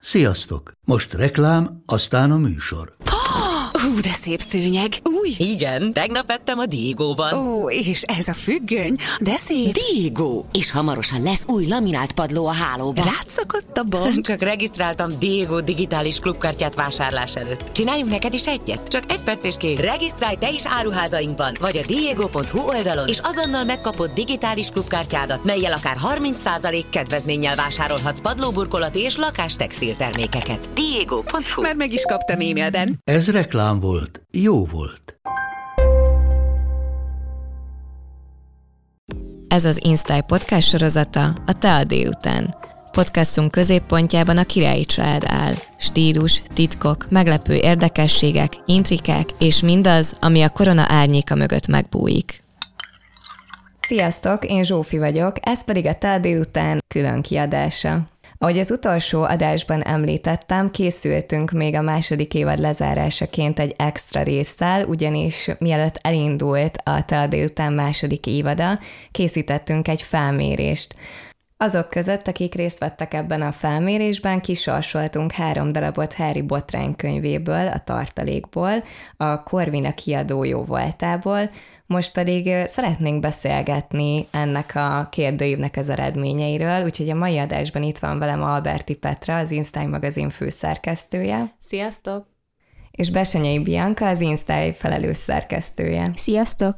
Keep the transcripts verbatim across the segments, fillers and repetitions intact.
Sziasztok! Most reklám, aztán a műsor. Hú, de szép szőnyeg. Új? Igen, tegnap vettem a Diegóban. Ó, és ez a függöny, de szép. Diegó! És hamarosan lesz új laminált padló a hálóban. Rátszakadt a bank. Csak regisztráltam Diegó digitális klubkártyát vásárlás előtt. Csináljunk neked is egyet? Csak egy perc és kész. Regisztrálj te is áruházainkban, vagy a diego pont hu oldalon, és azonnal megkapod digitális klubkártyádat, mellyel akár harminc százalék kedvezménnyel vásárolhatsz padlóburkolati és lakástextil termékeket. diego pont hu. Már meg is kaptam e-mailben. Ez reklám volt, jó volt. Ez az InStyle podcast sorozata, a Te a délután. Podcastunk középpontjában a királyi család áll. Stílus, titkok, meglepő érdekességek, intrikák és mindaz, ami a korona árnyéka mögött megbújik. Sziasztok, én Zsófi vagyok, ez pedig a Te a délután külön kiadása. Ahogy az utolsó adásban említettem, készültünk még a második évad lezárásaként egy extra résszel, ugyanis mielőtt elindult a Te a délután második évada, készítettünk egy felmérést. Azok között, akik részt vettek ebben a felmérésben, kisorsoltunk három darabot Harry Botrány könyvéből, a tartalékból, a Corvina kiadó jó voltából, most pedig szeretnénk beszélgetni ennek a kérdőívnek az eredményeiről, úgyhogy a mai adásban itt van velem Alberti Petra, az InStyle magazin főszerkesztője. Sziasztok! És Bessenyei Bianca, az InStyle felelős szerkesztője. Sziasztok!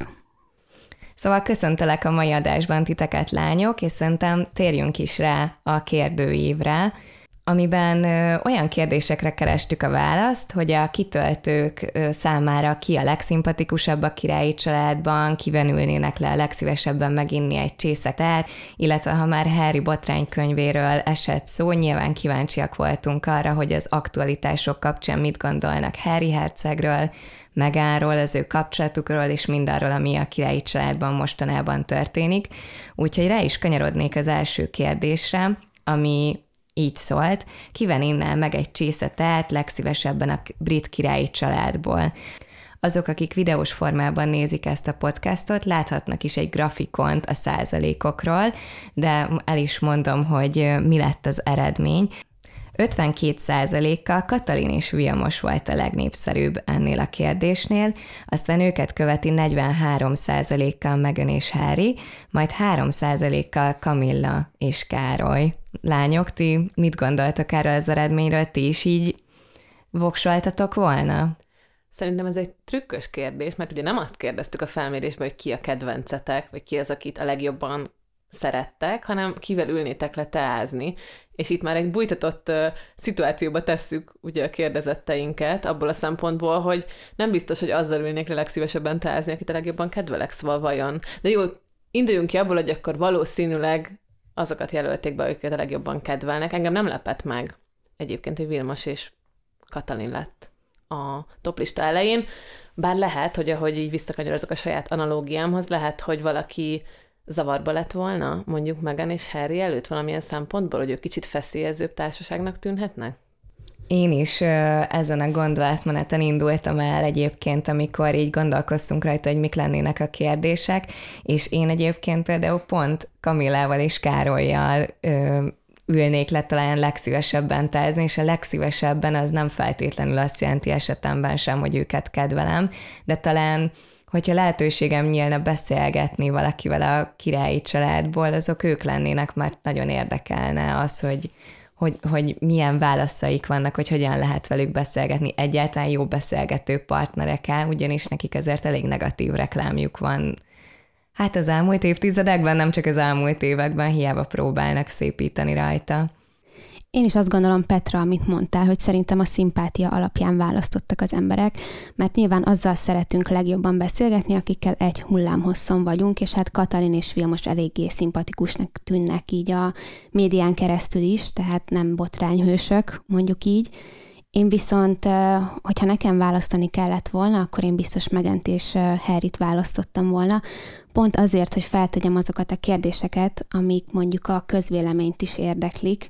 Szóval köszöntelek a mai adásban titeket, lányok, és szerintem térjünk is rá a kérdőívre, amiben ö, olyan kérdésekre kerestük a választ, hogy a kitöltők ö, számára ki a legszimpatikusabb a királyi családban, kiven ülnének le a legszívesebben meginni egy csésze teát, illetve ha már Harry Botrány könyvéről esett szó, nyilván kíváncsiak voltunk arra, hogy az aktualitások kapcsán mit gondolnak Harry hercegről, Meghanról, az ő kapcsolatukról, és mindarról, ami a királyi családban mostanában történik. Úgyhogy rá is kanyarodnék az első kérdésre, ami így szólt: kiven innál meg egy csésze teát legszívesebben a brit királyi családból? Azok, akik videós formában nézik ezt a podcastot, láthatnak is egy grafikont a százalékokról, de el is mondom, hogy mi lett az eredmény. ötvenkét százalékkal Katalin és Vilmos volt a legnépszerűbb ennél a kérdésnél, aztán őket követi negyvenhárom százalékkal Meghan és Harry, majd három százalékkal Camilla és Károly. Lányok, ti mit gondoltok erről az eredményről? Ti is így voksoltatok volna? Szerintem ez egy trükkös kérdés, mert ugye nem azt kérdeztük a felmérésben, hogy ki a kedvencetek, vagy ki az, akit a legjobban szerettek, hanem kivel ülnétek le teázni. És itt már egy bújtatott uh, szituációba tesszük ugye a kérdezetteinket, abból a szempontból, hogy nem biztos, hogy azzal ülnék le legszívesebben teázni, akit a legjobban kedvelek, szóval vajon. De jó, induljunk ki abból, hogy akkor valószínűleg azokat jelölték be, akiket a legjobban kedvelnek. Engem nem lepett meg egyébként, hogy Vilmos és Katalin lett a toplista elején, bár lehet, hogy ahogy így visszakanyarodok a saját analógiámhoz, lehet, hogy valaki zavarba lett volna, mondjuk Meghan és Harry előtt valamilyen szempontból, hogy ők kicsit feszélyezőbb társaságnak tűnhetnek? Én is ezen a gondolatmeneten indultam el egyébként, amikor így gondolkoztunk rajta, hogy mik lennének a kérdések, és én egyébként például pont Camillával és Károllyal ö, ülnék le talán legszívesebben teázni, és a legszívesebben az nem feltétlenül azt jelenti esetemben sem, hogy őket kedvelem, de talán hogyha lehetőségem nyílna beszélgetni valakivel a királyi családból, azok ők lennének, mert nagyon érdekelne az, hogy, hogy, hogy milyen válaszaik vannak, hogy hogyan lehet velük beszélgetni. Egyáltalán jó beszélgető partnerek-e, ugyanis nekik azért elég negatív reklámjuk van. Hát az elmúlt évtizedekben, nem csak az elmúlt években, hiába próbálnak szépíteni rajta. Én is azt gondolom, Petra, amit mondtál, hogy szerintem a szimpátia alapján választottak az emberek, mert nyilván azzal szeretünk legjobban beszélgetni, akikkel egy hullámhosszon vagyunk, és hát Katalin és Vilmos eléggé szimpatikusnak tűnnek így a médián keresztül is, tehát nem botrányhősök, mondjuk így. Én viszont, hogyha nekem választani kellett volna, akkor én biztos Meghant és Harryt választottam volna, pont azért, hogy feltegyem azokat a kérdéseket, amik mondjuk a közvéleményt is érdeklik,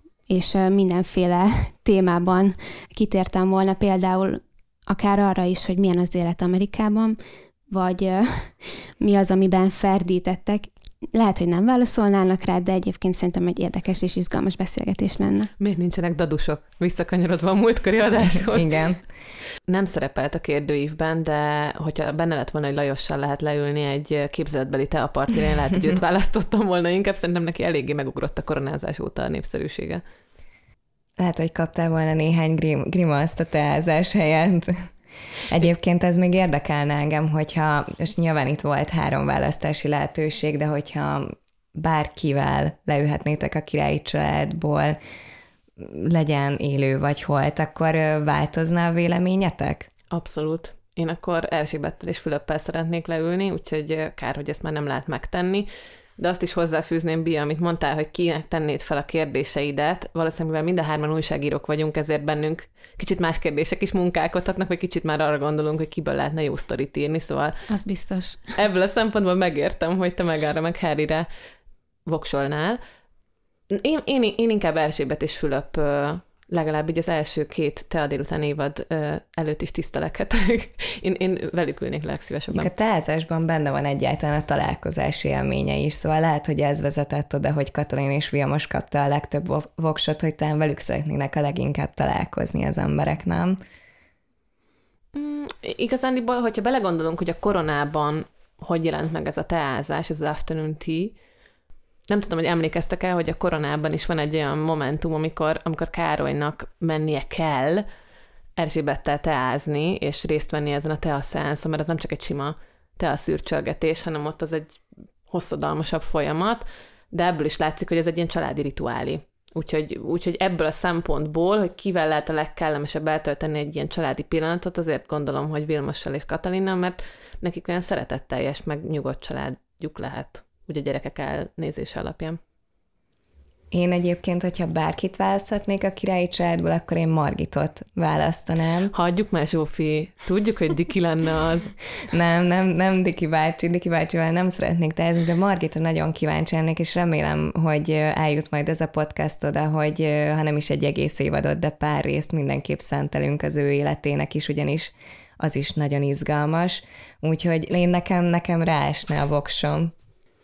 és mindenféle témában kitértem volna, például akár arra is, hogy milyen az élet Amerikában, vagy mi az, amiben ferdítettek, lehet, hogy nem válaszolnának rá, de egyébként szerintem egy érdekes és izgalmas beszélgetés lenne. Miért nincsenek dadusok? Visszakanyarodva a múltkori adáshoz. Igen. Nem szerepelt a kérdőívben, de hogyha benne lett volna, hogy Lajossal lehet leülni egy képzeletbeli teapartira, én lehet, hogy őt választottam volna inkább, szerintem neki eléggé megugrott a koronázás óta a népszerűsége. Lehet, hogy kaptál volna néhány grim- grimaszt a teázás helyett. Egyébként ez még érdekelne engem, hogyha, és nyilván itt volt három választási lehetőség, de hogyha bárkivel leülhetnétek a királyi családból, legyen élő vagy holt, akkor változna a véleményetek? Abszolút. Én akkor Erzsébettel és Fülöppel szeretnék leülni, úgyhogy kár, hogy ezt már nem lehet megtenni. De azt is hozzáfűzném, Bia, amit mondtál, hogy kinek tennéd fel a kérdéseidet. Valószínűleg, mivel mind a hárman újságírók vagyunk, ezért bennünk kicsit más kérdések is munkálkodhatnak, vagy kicsit már arra gondolunk, hogy kiből lehetne jó sztorit írni, szóval... Az biztos. Ebből a szempontból megértem, hogy te meg arra, meg Harryre voksolnál. Én, én, én inkább Erzsébet és Fülöp legalább így az első két Tea délután évad előtt is tisztelekhetek. Én, én velük ülnék legszívesebben. A teázásban benne van egyáltalán a találkozás élménye is, szóval lehet, hogy ez vezetett oda, hogy Katalin és Vilmos kapta a legtöbb voksot, hogy talán velük szeretnének a leginkább találkozni az emberek, nem? Mm, igazándiból, hogyha belegondolunk, hogy a koronában hogy jelent meg ez a teázás, ez az afternoon tea, nem tudom, hogy emlékeztek el, hogy a koronában is van egy olyan momentum, amikor, amikor Károlynak mennie kell Erzsébettel teázni, és részt venni ezen a teaszeánszon, mert az nem csak egy sima teaszürcsölgetés, hanem ott az egy hosszadalmasabb folyamat, de ebből is látszik, hogy ez egy ilyen családi rituálé. Úgyhogy, úgyhogy ebből a szempontból, hogy kivel lehet a legkellemesebb eltölteni egy ilyen családi pillanatot, azért gondolom, hogy Vilmossal és Katalinnal, mert nekik olyan szeretetteljes, meg nyugodt családjuk lehet. Ugye a gyerekek elnézése alapján. Én egyébként, hogyha bárkit választhatnék a királyi családból, akkor én Margitot választanám. Hagyjuk már, Zsófi, tudjuk, hogy Diki lenne az. nem, nem, nem Diki bácsi, Diki bácsival nem szeretnék tehezni, de Margitra nagyon kíváncsi lennék, és remélem, hogy eljut majd ez a podcast oda, hogy ha nem is egy egész évadot, de pár részt mindenképp szentelünk az ő életének is, ugyanis az is nagyon izgalmas. Úgyhogy én nekem, nekem ráesne a voksom.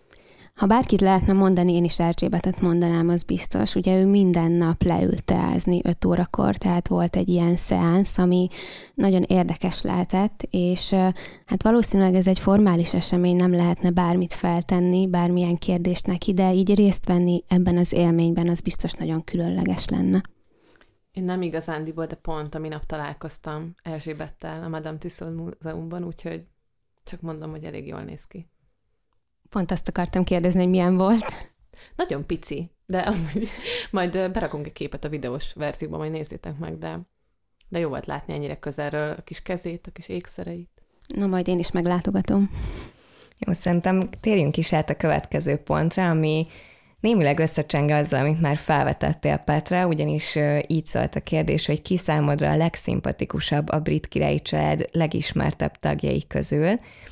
Ha bárkit lehetne mondani, én is Erzsébetet mondanám, az biztos. Ugye ő minden nap leült teázni öt órakor, tehát volt egy ilyen szeánsz, ami nagyon érdekes lehetett, és hát valószínűleg ez egy formális esemény, nem lehetne bármit feltenni, bármilyen kérdést neki, de így részt venni ebben az élményben, az biztos nagyon különleges lenne. Én nem igazándiból, de pont a minap találkoztam Erzsébettel a Madame Tussauds Múzeumban, úgyhogy csak mondom, hogy elég jól néz ki. Pont azt akartam kérdezni, hogy milyen volt. Nagyon pici, de amúgy majd berakunk egy képet a videós verzióban, majd nézzétek meg, de, de jó volt látni ennyire közelről a kis kezét, a kis ékszereit. Na, majd én is meglátogatom. Jó, szerintem térjünk is át a következő pontra, ami némileg összecseng azzal, amit már felvetettél, Petra, ugyanis így szólt a kérdés, hogy ki számodra a legszimpatikusabb a brit királyi család legismertebb tagjai közül.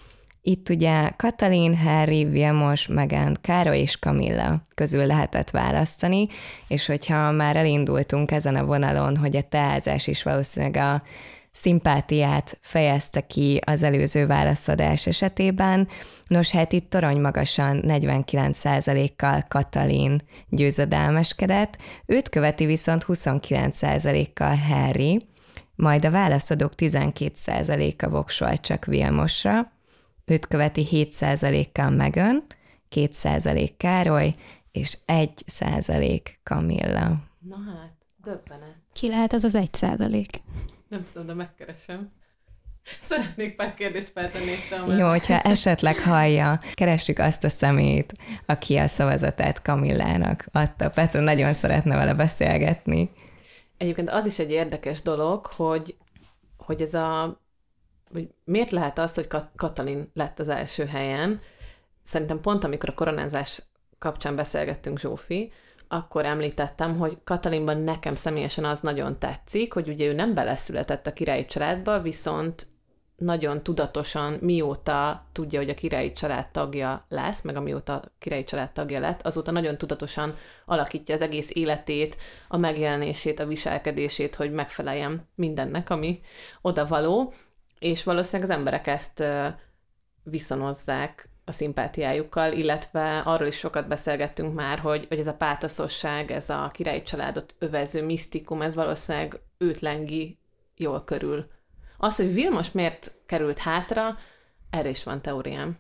Itt ugye Katalin, Harry, Vilmos, Meghan, Károly és Camilla közül lehetett választani, és hogyha már elindultunk ezen a vonalon, hogy a teázás is valószínűleg a szimpátiát fejezte ki az előző válaszadás esetében, nos hát itt torony magasan negyvenkilenc százalékkal Katalin győzedelmeskedett, őt követi viszont huszonkilenc százalékkal Harry, majd a válaszadók tizenkét százaléka voksolt csak Vilmosra, őt követi hét százalékkal Meghan, két százalék Károly, és egy százalék Camilla. Na hát, döbbenet. Ki lehet az az egy százalék? Nem tudom, de megkeresem. Szeretnék pár kérdést feltenni. Mert... Jó, hogyha esetleg hallja, keressük azt a szemét, aki a szavazatát Camillának adta. Petra nagyon szeretne vele beszélgetni. Egyébként az is egy érdekes dolog, hogy, hogy ez a hogy miért lehet az, hogy Katalin lett az első helyen. Szerintem pont amikor a koronázás kapcsán beszélgettünk, Zsófi, akkor említettem, hogy Katalinban nekem személyesen az nagyon tetszik, hogy ugye ő nem beleszületett a királyi családba, viszont nagyon tudatosan, mióta tudja, hogy a királyi család tagja lesz, meg amióta a királyi család tagja lett, azóta nagyon tudatosan alakítja az egész életét, a megjelenését, a viselkedését, hogy megfeleljen mindennek, ami odavaló, és valószínűleg az emberek ezt viszonozzák a szimpátiájukkal, illetve arról is sokat beszélgettünk már, hogy, hogy ez a pátoszosság, ez a királyi családot övező misztikum, ez valószínűleg őt lengi jól körül. Az, hogy Vilmos miért került hátra, erre is van teóriám.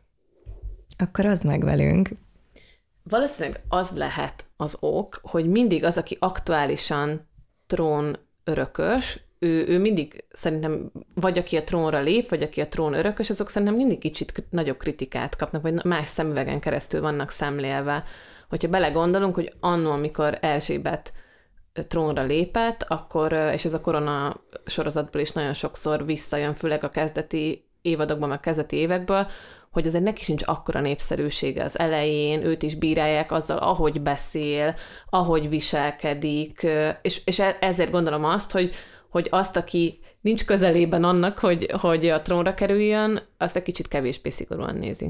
Akkor az meg velünk. Valószínűleg az lehet az ok, hogy mindig az, aki aktuálisan trón örökös, ő, ő mindig szerintem, vagy aki a trónra lép, vagy aki a trón örökös, azok szerintem mindig kicsit nagyobb kritikát kapnak, vagy más szemüvegen keresztül vannak szemlélve. Hogyha belegondolunk, hogy annó, amikor Erzsébet trónra lépett, akkor, és ez a korona sorozatból is nagyon sokszor visszajön, főleg a kezdeti évadokban, meg kezdeti évekből, hogy azért neki sincs akkora népszerűsége az elején, őt is bírálják azzal, ahogy beszél, ahogy viselkedik, és, és ezért gondolom azt, hogy, hogy azt, aki nincs közelében annak, hogy, hogy a trónra kerüljön, azt egy kicsit kevésbé szigorúan nézi.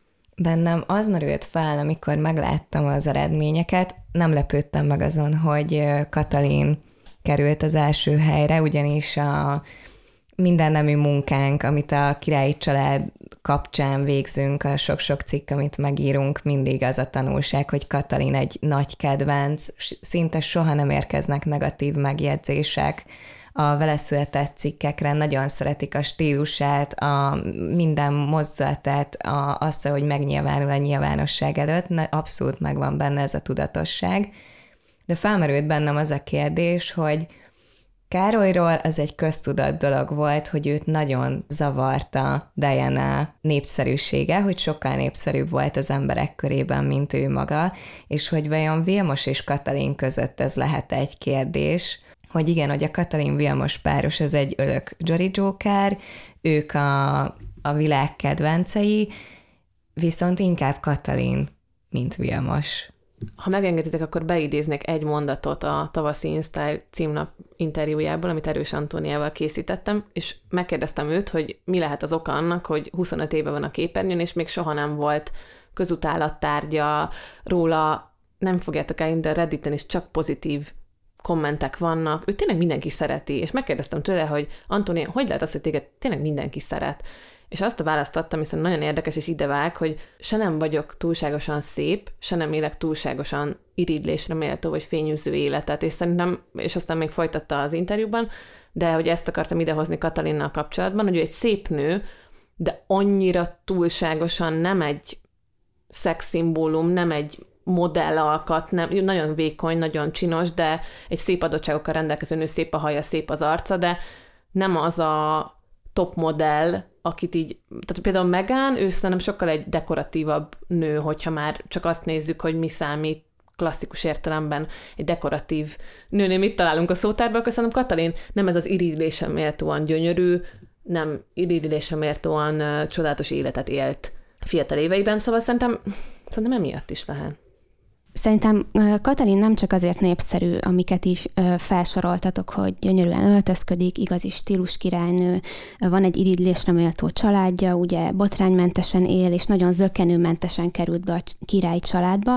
Bennem az merült fel, amikor megláttam az eredményeket, nem lepődtem meg azon, hogy Katalin került az első helyre, ugyanis a mindennemű munkánk, amit a királyi család kapcsán végzünk, a sok-sok cikk, amit megírunk, mindig az a tanulság, hogy Katalin egy nagy kedvenc, szinte soha nem érkeznek negatív megjegyzések a vele született cikkekre, nagyon szeretik a stílusát, a minden mozzatát, a, azt, hogy megnyilvánul a nyilvánosság előtt, abszolút megvan benne ez a tudatosság. De felmerült bennem az a kérdés, hogy Károlyról az egy köztudat dolog volt, hogy őt nagyon zavarta Diana népszerűsége, hogy sokkal népszerűbb volt az emberek körében, mint ő maga, és hogy vajon Vilmos és Katalin között ez lehet egy kérdés, hogy igen, hogy a Katalin-Vilmos páros az egy ölök Jolly Joker, ők a, a világ kedvencei, viszont inkább Katalin, mint Vilmos. Ha megengeditek, akkor beidéznék egy mondatot a tavaszi InStyle címlap interjújából, amit Erős Antóniával készítettem, és megkérdeztem őt, hogy mi lehet az oka annak, hogy huszonöt éve van a képernyőn, és még soha nem volt közutálat tárgya róla, nem fogjátok el, de Redditen is csak pozitív kommentek vannak, őt tényleg mindenki szereti, és megkérdeztem tőle, hogy Antónia, hogy lehet az, hogy téged tényleg mindenki szeret? És azt a választ adtam, hiszen nagyon érdekes és idevág, hogy se nem vagyok túlságosan szép, se nem élek túlságosan irigylésre méltó vagy fényűző életet, és szerintem, és aztán még folytatta az interjúban, de hogy ezt akartam idehozni Katalinnal kapcsolatban, hogy ő egy szép nő, de annyira túlságosan nem egy szexszimbólum, nem egy modellalkat, nem, nagyon vékony, nagyon csinos, de egy szép adottságokkal rendelkező nő, szép a haja, szép az arca, de nem az a top modell, akit így, tehát például Meghan, ő szerintem sokkal egy dekoratívabb nő, hogyha már csak azt nézzük, hogy mi számít klasszikus értelemben egy dekoratív nőnél, mit találunk a szótárban, akkor szerintem Katalin nem ez az irigylésre méltóan gyönyörű, nem irigylésre méltóan uh, csodálatos életet élt fiatal éveiben, szóval szerintem, szerintem emiatt is lehet. Szerintem Katalin nem csak azért népszerű, amiket is felsoroltatok, hogy gyönyörűen öltözködik, igazi stílus királynő, van egy irigylésre méltó családja, ugye botránymentesen él, és nagyon zökkenőmentesen került be a királyi családba,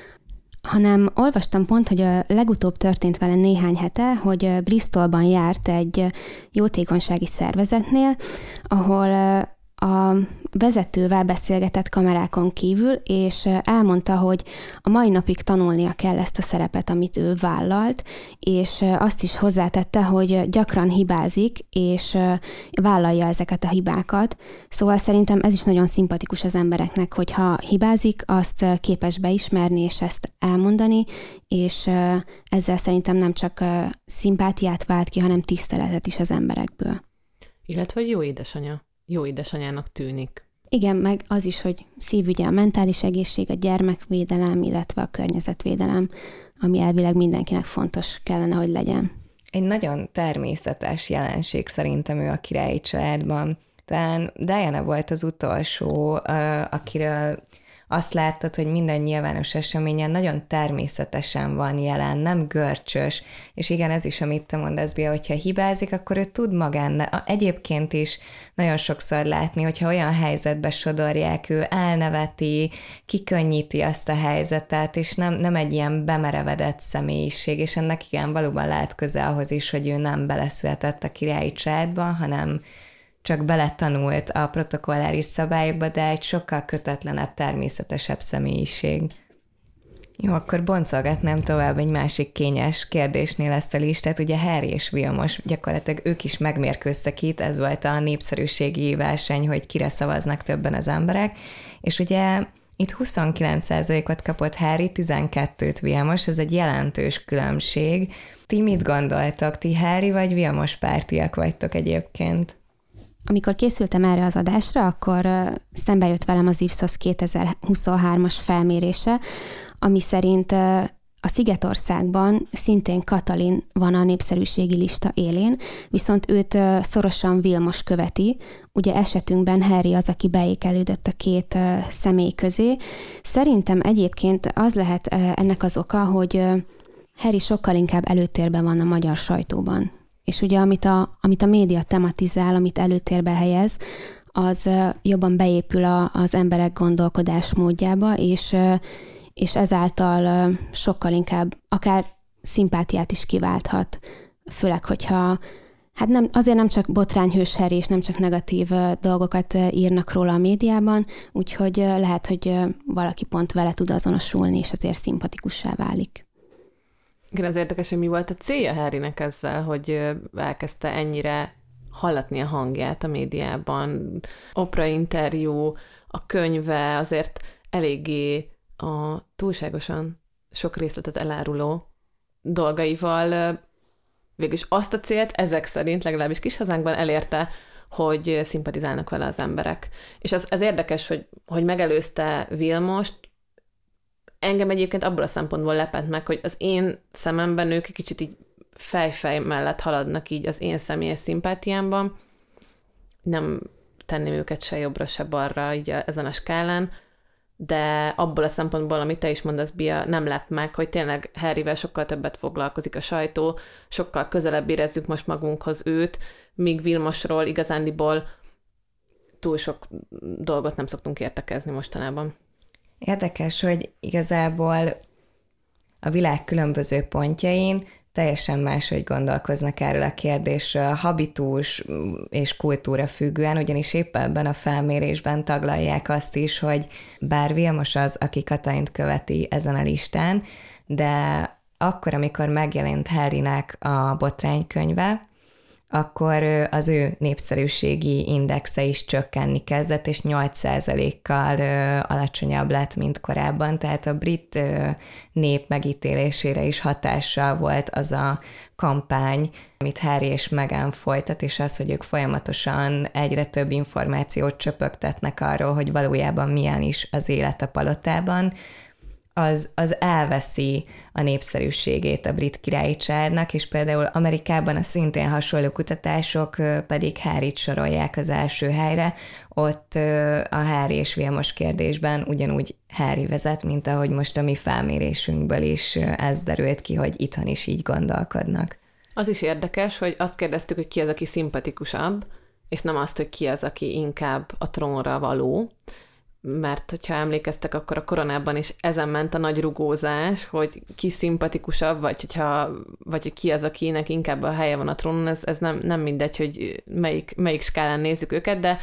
hanem olvastam pont, hogy a legutóbb történt vele néhány hete, hogy Bristolban járt egy jótékonysági szervezetnél, ahol a vezetővel beszélgetett kamerákon kívül, és elmondta, hogy a mai napig tanulnia kell ezt a szerepet, amit ő vállalt, és azt is hozzátette, hogy gyakran hibázik, és vállalja ezeket a hibákat. Szóval szerintem ez is nagyon szimpatikus az embereknek, hogyha hibázik, azt képes beismerni, és ezt elmondani, és ezzel szerintem nem csak szimpátiát vált ki, hanem tiszteletet is az emberekből. Illetve jó édesanya. Jó édesanyának tűnik. Igen, meg az is, hogy szívügye a mentális egészség, a gyermekvédelem, illetve a környezetvédelem, ami elvileg mindenkinek fontos kellene, hogy legyen. Egy nagyon természetes jelenség szerintem ő a királyi családban. Talán Diana volt az utolsó, akiről azt láttad, hogy minden nyilvános eseményen nagyon természetesen van jelen, nem görcsös, és igen, ez is, amit te mondasz, Bia, hogyha hibázik, akkor ő tud magán, egyébként is nagyon sokszor látni, hogyha olyan helyzetbe sodorják, ő elneveti, kikönnyíti azt a helyzetet, és nem, nem egy ilyen bemerevedett személyiség, és ennek igen, valóban lehet köze ahhoz is, hogy ő nem beleszületett a királyi családba, hanem csak beletanult a protokolláris szabályokba, de egy sokkal kötetlenebb, természetesebb személyiség. Jó, akkor boncolgatnám tovább egy másik kényes kérdésnél ezt a listát. Ugye Harry és Vilmos, gyakorlatilag ők is megmérkőztek itt, ez volt a népszerűségi verseny, hogy kire szavaznak többen az emberek, és ugye itt huszonkilenc százalékot kapott Harry, tizenkettőt Vilmos, ez egy jelentős különbség. Ti mit gondoltok? Ti Harry vagy Vilmos pártiak vagytok egyébként? Amikor készültem erre az adásra, akkor szembe jött velem az Ipsos kétezer-huszonhármas felmérése, ami szerint a Szigetországban szintén Katalin van a népszerűségi lista élén, viszont őt szorosan Vilmos követi. Ugye esetünkben Harry az, aki beékelődött a két személy közé. Szerintem egyébként az lehet ennek az oka, hogy Harry sokkal inkább előtérben van a magyar sajtóban. És ugye amit a, amit a média tematizál, amit előtérbe helyez, az jobban beépül a, az emberek gondolkodásmódjába, és és ezáltal sokkal inkább akár szimpátiát is kiválthat, főleg, hogyha hát nem, azért nem csak botrányhős Harry, és nem csak negatív dolgokat írnak róla a médiában, úgyhogy lehet, hogy valaki pont vele tud azonosulni, és azért szimpatikussá válik. Igen, az érdekes, hogy mi volt a célja Harrynek ezzel, hogy elkezdte ennyire hallatni a hangját a médiában. Opera interjú, a könyve azért eléggé a túlságosan sok részletet eláruló dolgaival végülis azt a célt ezek szerint, legalábbis kishazánkban elérte, hogy szimpatizálnak vele az emberek. És az, az érdekes, hogy, hogy megelőzte Vilmost, engem egyébként abból a szempontból lepett meg, hogy az én szememben ők egy kicsit így fejfej mellett haladnak így az én személyes szimpátiámban. Nem tenném őket se jobbra, se balra így a, ezen a skálán, de abból a szempontból, amit te is mondasz, Bia, nem lep meg, hogy tényleg Harryvel sokkal többet foglalkozik a sajtó, sokkal közelebb érezzük most magunkhoz őt, míg Vilmosról igazándiból túl sok dolgot nem szoktunk értekezni mostanában. Érdekes, hogy igazából a világ különböző pontjain teljesen máshogy gondolkoznak erről a kérdésről, habitus és kultúra függően, ugyanis épp ebben a felmérésben taglalják azt is, hogy bár Vilmos az, aki Katalint követi ezen a listán, de akkor, amikor megjelent Harrynek a botránykönyve, akkor az ő népszerűségi indexe is csökkenni kezdett, és nyolc százalékkal alacsonyabb lett, mint korábban, tehát a brit nép megítélésére is hatással volt az a kampány, amit Harry és Meghan folytat, és az, hogy ők folyamatosan egyre több információt csöpögtetnek arról, hogy valójában milyen is az élet a palotában, az, az elveszi a népszerűségét a brit királyi családnak, és például Amerikában a szintén hasonló kutatások pedig Harryt sorolják az első helyre, ott a Harry és Vilmos kérdésben ugyanúgy Harry vezet, mint ahogy most a mi felmérésünkből is ez derült ki, hogy itthon is így gondolkodnak. Az is érdekes, hogy azt kérdeztük, hogy ki az, aki szimpatikusabb, és nem azt, hogy ki az, aki inkább a trónra való, mert hogyha emlékeztek, akkor a koronában is ezen ment a nagy rugózás, hogy ki szimpatikusabb, vagy, hogyha, vagy hogy ki az, akinek inkább a helye van a trónon, ez, ez nem, nem mindegy, hogy melyik, melyik skálán nézzük őket, de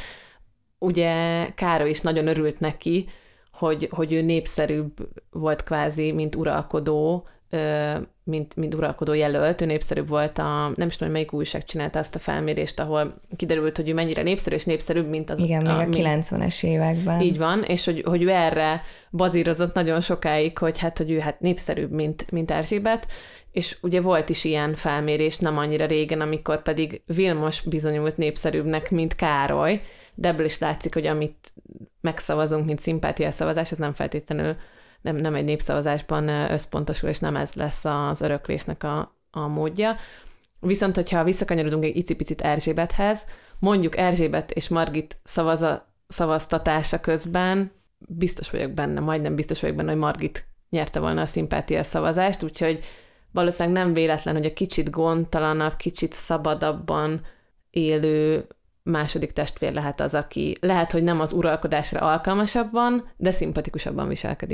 ugye Károly is nagyon örült neki, hogy, hogy ő népszerűbb volt kvázi, mint uralkodó, mint, mint uralkodó jelölt, ő népszerűbb volt a, nem is tudom, melyik újság csinálta azt a felmérést, ahol kiderült, hogy ő mennyire népszerű, és népszerűbb, mint az... Igen, a, még a kilencvenes években. Így van, és hogy, hogy ő erre bazírozott nagyon sokáig, hogy hát, hogy ő hát népszerűbb, mint, mint Erzsébet, és ugye volt is ilyen felmérés nem annyira régen, amikor pedig Vilmos bizonyult népszerűbbnek, mint Károly, de ebből is látszik, hogy amit megszavazunk, mint szimpátiaszavazás, ez nem feltétlenül Nem, nem egy népszavazásban összpontosul, és nem ez lesz az öröklésnek a, a módja. Viszont, hogyha visszakanyarodunk egy icipicit Erzsébethez, mondjuk Erzsébet és Margit szavaza, szavaztatása közben biztos vagyok benne, majdnem biztos vagyok benne, hogy Margit nyerte volna a szimpátia szavazást, úgyhogy valószínűleg nem véletlen, hogy a kicsit gondtalanabb, kicsit szabadabban élő második testvér lehet az, aki lehet, hogy nem az uralkodásra alkalmasabban, de szimpatikusabban viselkedik.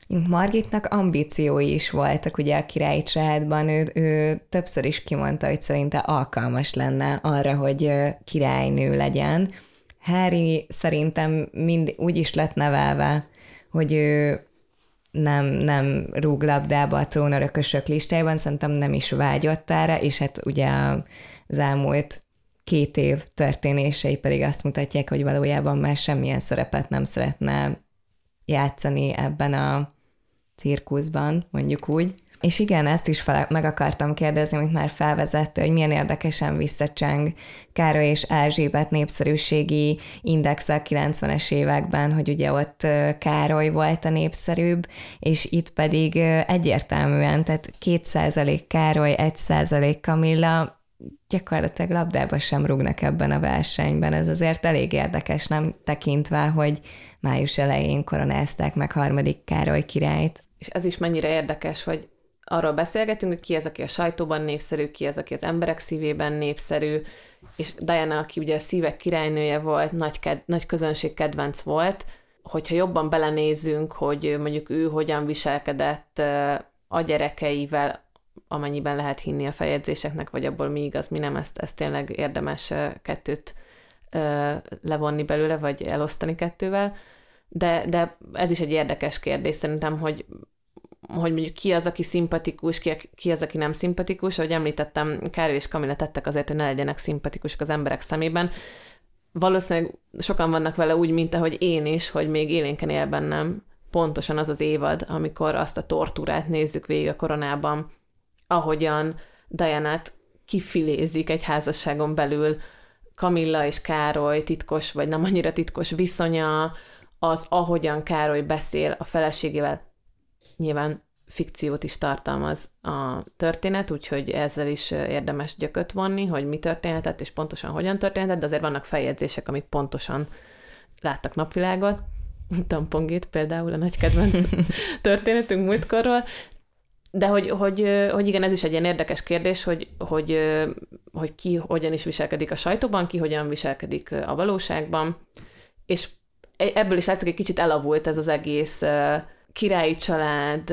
Margitnak ambíciói is voltak ugye a királyi családban, ő, ő többször is kimondta, hogy szerinte alkalmas lenne arra, hogy királynő legyen. Harry szerintem mind úgy is lett nevelve, hogy ő nem, nem rúg labdába a trónörökösök listájában, szerintem nem is vágyott erre, és hát ugye az elmúlt két év történései pedig azt mutatják, hogy valójában már semmilyen szerepet nem szeretne játszani ebben a cirkuszban, mondjuk úgy. És igen, ezt is fel, meg akartam kérdezni, amit már felvezette, hogy milyen érdekesen visszacseng Károly és Erzsébet népszerűségi indexe a kilencvenes években, hogy ugye ott Károly volt a népszerűbb, és itt pedig egyértelműen, tehát két százalék Károly, egy százalék Kamilla, gyakorlatilag labdába sem rúgnak ebben a versenyben. Ez azért elég érdekes, nem tekintve, hogy május elején koronázták meg harmadik Károly királyt. És ez is mennyire érdekes, hogy arról beszélgetünk, hogy ki az, aki a sajtóban népszerű, ki az, aki az emberek szívében népszerű, és Diana, aki ugye a szívek királynője volt, nagy, ked- nagy közönség kedvenc volt, hogyha jobban belenézzünk, hogy mondjuk ő hogyan viselkedett a gyerekeivel, amennyiben lehet hinni a feljegyzéseknek, vagy abból mi igaz, mi nem, ezt, ezt tényleg érdemes kettőt levonni belőle, vagy elosztani kettővel. De, de ez is egy érdekes kérdés szerintem, hogy, hogy mondjuk ki az, aki szimpatikus, ki, ki az, aki nem szimpatikus. Ahogy említettem, Károly és Kamilla tettek azért, hogy ne legyenek szimpatikusak az emberek szemében. Valószínűleg sokan vannak vele úgy, mint ahogy én is, hogy még élénken él bennem pontosan az az évad, amikor azt a tortúrát nézzük végig a koronában, ahogyan Dianát kifilézik egy házasságon belül, Kamilla és Károly titkos, vagy nem annyira titkos viszonya, az, ahogyan Károly beszél a feleségével, nyilván fikciót is tartalmaz a történet, úgyhogy ezzel is érdemes gyököt vonni, hogy mi történhetett, és pontosan hogyan történhetett, de azért vannak feljegyzések, amik pontosan láttak napvilágot. Tampongét például a nagy kedvenc történetünk múltkorról. De hogy, hogy, hogy igen, ez is egy ilyen érdekes kérdés, hogy, hogy, hogy ki hogyan is viselkedik a sajtóban, ki hogyan viselkedik a valóságban, és ebből is látszik, egy kicsit elavult ez az egész királyi család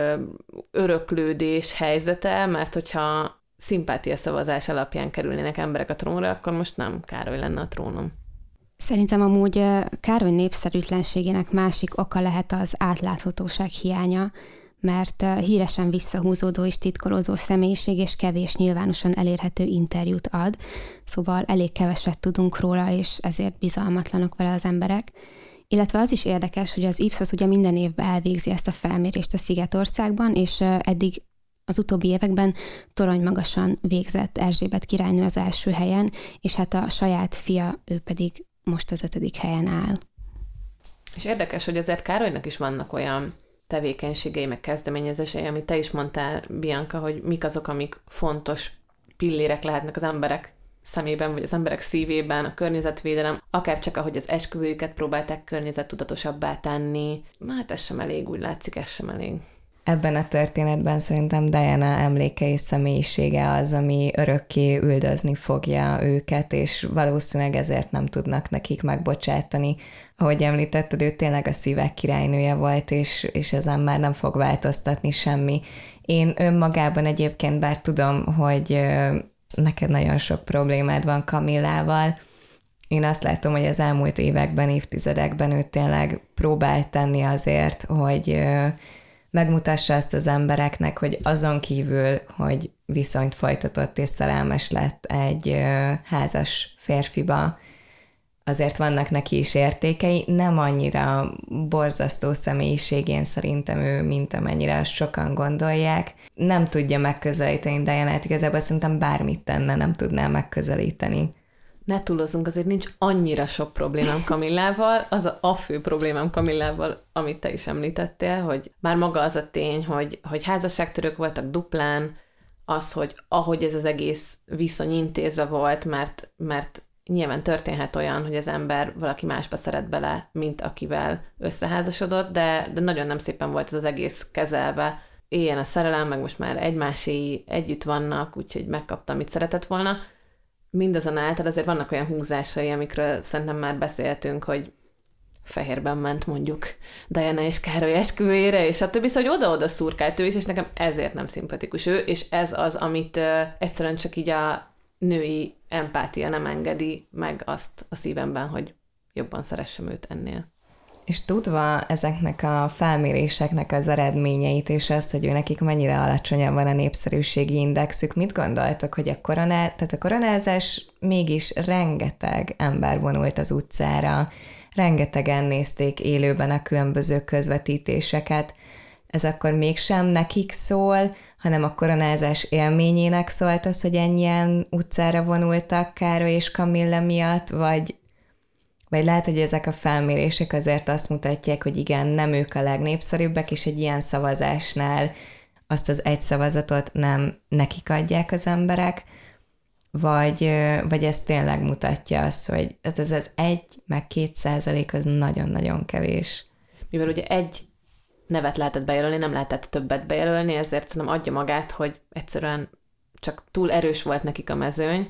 öröklődés helyzete, mert hogyha szimpátia szavazás alapján kerülnének emberek a trónra, akkor most nem Károly lenne a trónon. Szerintem amúgy Károly népszerűtlenségének másik oka lehet az átláthatóság hiánya, mert híresen visszahúzódó és titkolózó személyiség és kevés nyilvánosan elérhető interjút ad, szóval elég keveset tudunk róla, és ezért bizalmatlanok vele az emberek. Illetve az is érdekes, hogy az Ipsos ugye minden évben elvégzi ezt a felmérést a Szigetországban, és eddig az utóbbi években toronymagasan végzett Erzsébet királynő az első helyen, és hát a saját fia, ő pedig most az ötödik helyen áll. És érdekes, hogy azért Károlynak is vannak olyan tevékenységei, meg kezdeményezései, amit te is mondtál, Bianca, hogy mik azok, amik fontos pillérek lehetnek az emberek szemében, vagy az emberek szívében, a környezetvédelem, akár csak ahogy az esküvőjüket próbálták környezettudatosabbá tenni. Hát ez sem elég, úgy látszik, ez sem elég. Ebben a történetben szerintem Diana emléke és személyisége az, ami örökké üldözni fogja őket, és valószínűleg ezért nem tudnak nekik megbocsátani. Ahogy említetted, ő tényleg a szívek királynője volt, és, és ezen már nem fog változtatni semmi. Én önmagában egyébként, bár tudom, hogy neked nagyon sok problémád van Kamillával, én azt látom, hogy az elmúlt években, évtizedekben ő tényleg próbált tenni azért, hogy megmutassa azt az embereknek, hogy azon kívül, hogy viszonyt folytatott és szerelmes lett egy házas férfiba, azért vannak neki is értékei, nem annyira borzasztó személyiségén szerintem ő, mint amennyire sokan gondolják. Nem tudja megközelíteni Dianát, igazából szerintem bármit tenne, nem tudná megközelíteni. Ne túlozzunk, azért nincs annyira sok problémám Kamillával, az a, a fő problémám Kamillával, amit te is említettél, hogy már maga az a tény, hogy, hogy házasságtörők voltak duplán, az, hogy ahogy ez az egész viszony intézve volt, mert, mert nyilván történhet olyan, hogy az ember valaki másba szeret bele, mint akivel összeházasodott, de, de nagyon nem szépen volt ez az egész kezelve. Éljen a szerelem, meg most már egymáséi együtt vannak, úgyhogy megkapta, amit szeretett volna. Mindazonáltal azért vannak olyan húzásai, amikről szerintem már beszéltünk, hogy fehérben ment mondjuk Diana és Károly esküvőjére, és a többi, szóval oda-oda szurkált ő is, és nekem ezért nem szimpatikus ő, és ez az, amit uh, egyszerűen csak így a női empátia nem engedi meg azt a szívemben, hogy jobban szeressem őt ennél. És tudva ezeknek a felméréseknek az eredményeit, és azt, hogy ő nekik mennyire alacsonyan van a népszerűségi indexük, mit gondoltok, hogy a, koroná, tehát a koronázás mégis rengeteg ember vonult az utcára, rengetegen nézték élőben a különböző közvetítéseket, ez akkor mégsem nekik szól, hanem a koronázás élményének szólt az, hogy ennyien utcára vonultak Károly és Kamilla miatt, vagy Vagy lehet, hogy ezek a felmérések azért azt mutatják, hogy igen, nem ők a legnépszerűbbek, és egy ilyen szavazásnál azt az egy szavazatot nem nekik adják az emberek, vagy, vagy ez tényleg mutatja azt, hogy ez az egy, meg két százalék az nagyon-nagyon kevés. Mivel ugye egy nevet lehetett bejelölni, nem lehetett többet bejelölni, ezért szerintem adja magát, hogy egyszerűen csak túl erős volt nekik a mezőny,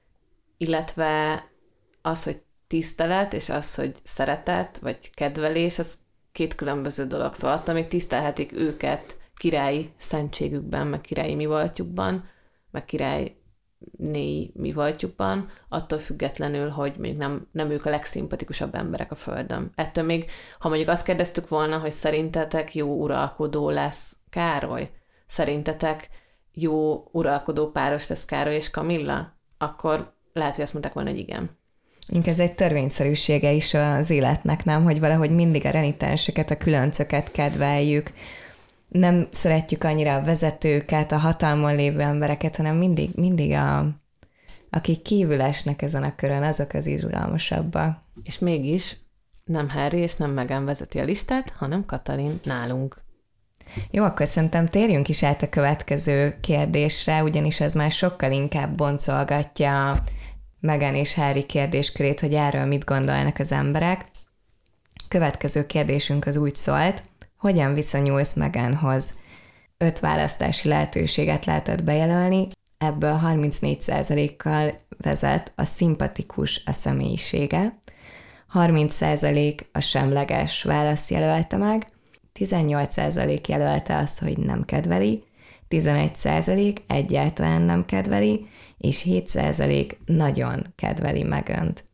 illetve az, hogy tisztelet, és az, hogy szeretet, vagy kedvelés, az két különböző dolog. Szóval attól még tisztelhetik őket királyi szentségükben, meg királyi mi voltjukban, meg király néi mi voltjukban, attól függetlenül, hogy mondjuk nem, nem ők a legszimpatikusabb emberek a földön. Ettől még, ha mondjuk azt kérdeztük volna, hogy szerintetek jó uralkodó lesz Károly, szerintetek jó uralkodó páros lesz Károly és Kamilla, akkor lehet, hogy azt mondták volna, hogy igen. Ez egy törvényszerűsége is az életnek, nem? Hogy valahogy mindig a renitenseket, a különcöket kedveljük. Nem szeretjük annyira a vezetőket, a hatalmon lévő embereket, hanem mindig, mindig a, akik kívül esnek ezen a körön, azok az izgalmasabbak. És mégis nem Harry és nem Meghan vezeti a listát, hanem Katalin nálunk. Jó, akkor szerintem térjünk is át a következő kérdésre, ugyanis ez már sokkal inkább boncolgatja Meghan és Harry kérdéskörét, hogy erről mit gondolnak az emberek. Következő kérdésünk az úgy szólt, hogyan viszonyulsz Meghanhoz? Öt választási lehetőséget lehetett bejelölni, ebből harmincnégy százalékkal vezet a szimpatikus a személyisége, harminc százalék a semleges választ jelölte meg, tizennyolc százalék jelölte azt, hogy nem kedveli, tizenegy százalék egyáltalán nem kedveli, és hét százalék nagyon kedveli Meghant.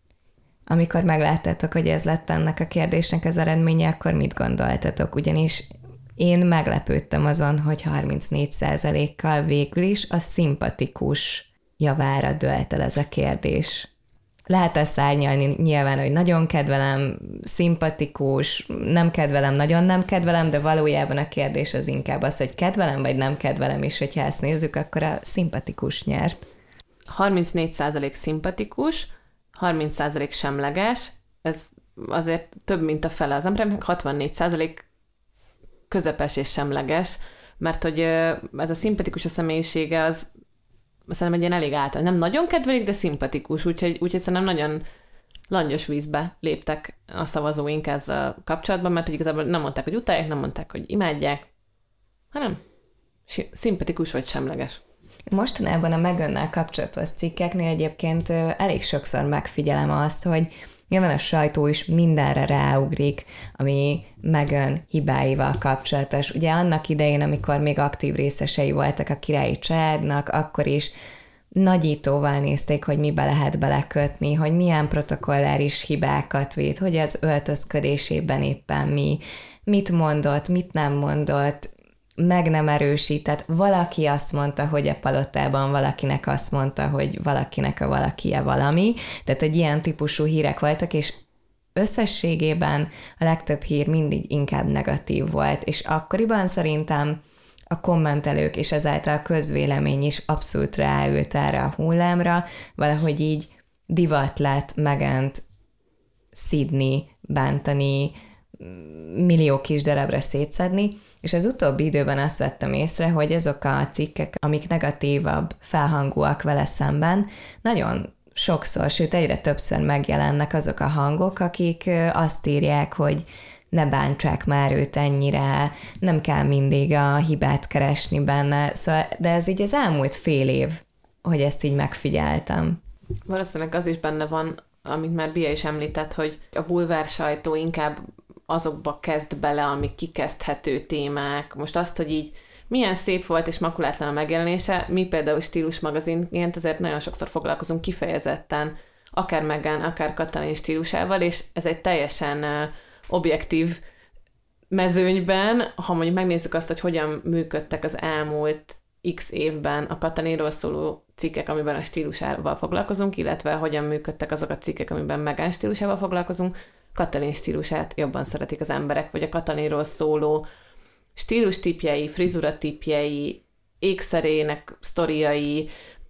Amikor megláttátok, hogy ez lett ennek a kérdésnek az eredménye, akkor mit gondoltatok? Ugyanis én meglepődtem azon, hogy harmincnégy százalékkal végül is a szimpatikus javára dőlt el ez a kérdés. Lehet azt árnyalni nyilván, hogy nagyon kedvelem, szimpatikus, nem kedvelem, nagyon nem kedvelem, de valójában a kérdés az inkább az, hogy kedvelem vagy nem kedvelem, és hogyha ezt nézzük, akkor a szimpatikus nyert. harmincnégy százalék szimpatikus, harminc százalék semleges, ez azért több, mint a fele az embereknek, hatvannégy százalék közepes és semleges, mert hogy ez a szimpatikus a személyisége, az szerintem egy ilyen elég által. Nem nagyon kedvelik, de szimpatikus, úgyhogy, úgyhogy szerintem nagyon langyos vízbe léptek a szavazóink ezzel kapcsolatban, mert hogy igazából nem mondták, hogy utálják, nem mondták, hogy imádják, hanem szimpatikus vagy semleges. Mostanában a Meghannel kapcsolatos cikkeknél egyébként elég sokszor megfigyelem azt, hogy nyilván a sajtó is mindenre ráugrik, ami Meghan hibáival kapcsolatos. Ugye annak idején, amikor még aktív részesei voltak a királyi családnak, akkor is nagyítóval nézték, hogy mibe lehet belekötni, hogy milyen protokolláris hibákat véd, hogy az öltözködésében éppen mi, mit mondott, mit nem mondott, meg nem erősített. Valaki azt mondta, hogy a palotában, valakinek azt mondta, hogy valakinek a valakije valami. Tehát, hogy ilyen típusú hírek voltak, és összességében a legtöbb hír mindig inkább negatív volt, és akkoriban szerintem a kommentelők és ezáltal a közvélemény is abszolút ráült erre a hullámra, valahogy így divat lett Meghant szidni, bántani, millió kis darabra szétszedni, és az utóbbi időben azt vettem észre, hogy azok a cikkek, amik negatívabb felhangúak vele szemben, nagyon sokszor, sőt egyre többször megjelennek azok a hangok, akik azt írják, hogy ne bántsák már őt ennyire, nem kell mindig a hibát keresni benne, szóval, de ez így az elmúlt fél év, hogy ezt így megfigyeltem. Valószínűleg az is benne van, amit már Bia is említett, hogy a bulvár sajtó inkább azokba kezd bele, amik kikezdhető témák. Most azt, hogy így milyen szép volt és makulátlan a megjelenése, mi például Stílus magazinként azért nagyon sokszor foglalkozunk kifejezetten akár Meghan, akár Katalin stílusával, és ez egy teljesen uh, objektív mezőnyben, ha mondjuk megnézzük azt, hogy hogyan működtek az elmúlt x évben a Katalinról szóló cikkek, amiben a stílusával foglalkozunk, illetve hogyan működtek azok a cikkek, amiben Meghan stílusával foglalkozunk, Katalin stílusát jobban szeretik az emberek, vagy a Katalinról szóló stílustipjei, frizuratipjei, ékszerének sztoriai,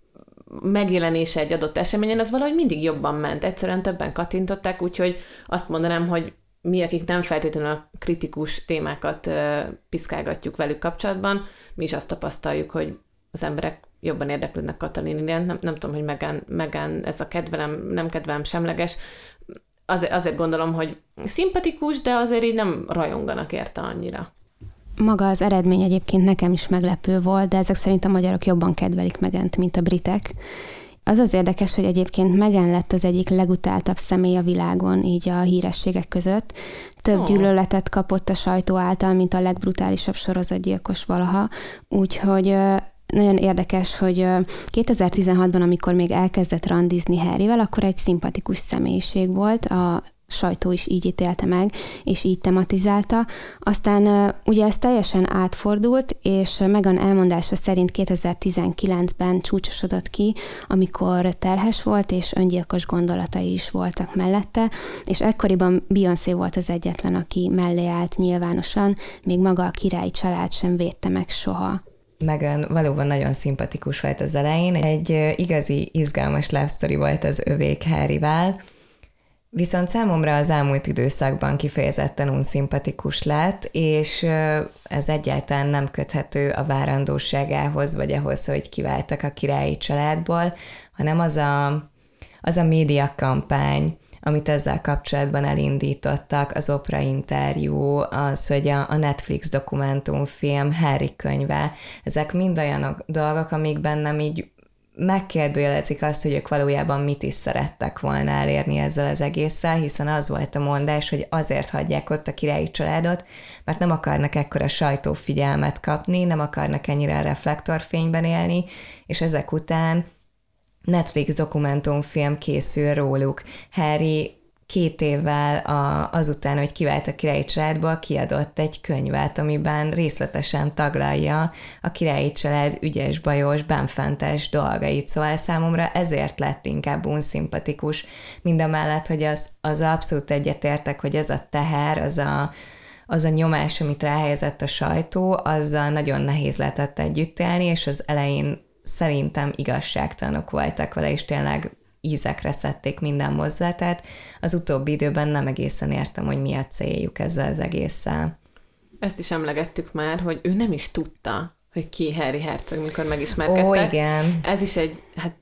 megjelenése egy adott eseményen, az valahogy mindig jobban ment. Egyszerűen többen kattintották, úgyhogy azt mondanám, hogy mi, akik nem feltétlenül a kritikus témákat uh, piszkálgatjuk velük kapcsolatban, mi is azt tapasztaljuk, hogy az emberek jobban érdeklődnek Katalin iránt. Nem, nem tudom, hogy Meghan, Meghan ez a kedvelem, nem kedvelem semleges. Azért, azért gondolom, hogy szimpatikus, de azért így nem rajonganak érte annyira. Maga az eredmény egyébként nekem is meglepő volt, de ezek szerint a magyarok jobban kedvelik Meghant, mint a britek. Az az érdekes, hogy egyébként Meghan lett az egyik legutáltabb személy a világon, így a hírességek között. Több oh. gyűlöletet kapott a sajtó által, mint a legbrutálisabb sorozatgyilkos valaha. Úgyhogy nagyon érdekes, hogy kétezer-tizenhatban, amikor még elkezdett randizni Harryvel, akkor egy szimpatikus személyiség volt, a sajtó is így ítélte meg, és így tematizálta. Aztán ugye ez teljesen átfordult, és Meghan elmondása szerint kétezer-tizenkilencben csúcsosodott ki, amikor terhes volt, és öngyilkos gondolatai is voltak mellette, és ekkoriban Beyoncé volt az egyetlen, aki mellé állt nyilvánosan, még maga a királyi család sem védte meg soha. Meghan valóban nagyon szimpatikus volt az elején, egy igazi, izgalmas love story volt az övék Harryvel, viszont számomra az elmúlt időszakban kifejezetten unszimpatikus lett, és ez egyáltalán nem köthető a várandóságához, vagy ahhoz, hogy kiváltak a királyi családból, hanem az a, az a médiakampány, amit ezzel kapcsolatban elindítottak, az Oprah interjú, az, hogy a, a Netflix dokumentumfilm, Harry könyve, ezek mind olyan dolgok, amik bennem így megkérdőjelezik azt, hogy ők valójában mit is szerettek volna elérni ezzel az egésszel, hiszen az volt a mondás, hogy azért hagyják ott a királyi családot, mert nem akarnak ekkora sajtófigyelmet kapni, nem akarnak ennyire a reflektorfényben élni, és ezek után Netflix dokumentumfilm készül róluk. Harry két évvel a, azután, hogy kivált a királyi családból, kiadott egy könyvet, amiben részletesen taglalja a királyi család ügyes-bajos, benfentes dolgait. Szóval számomra ezért lett inkább unszimpatikus, mindamellett, hogy az, az abszolút egyetértek, hogy ez a teher, az a, az a nyomás, amit ráhelyezett a sajtó, azzal nagyon nehéz lehetett együtt élni, és az elején szerintem igazságtalanok voltak vele, és tényleg ízekre szedték minden mozdulatát. Az utóbbi időben nem egészen értem, hogy mi a céljuk ezzel az egésszel. Ezt is emlegettük már, hogy ő nem is tudta, hogy ki Harry herceg, mikor megismerkedtek. Ó, igen. Ez is egy, hát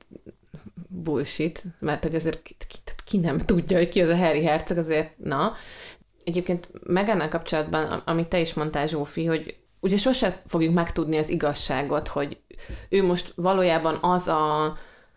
bullshit, mert hogy azért ki, ki, ki nem tudja, hogy ki az a Harry herceg, azért na. Egyébként Meghannal kapcsolatban, amit te is mondtál, Zsófi, hogy ugye sose fogjuk megtudni az igazságot, hogy ő most valójában az a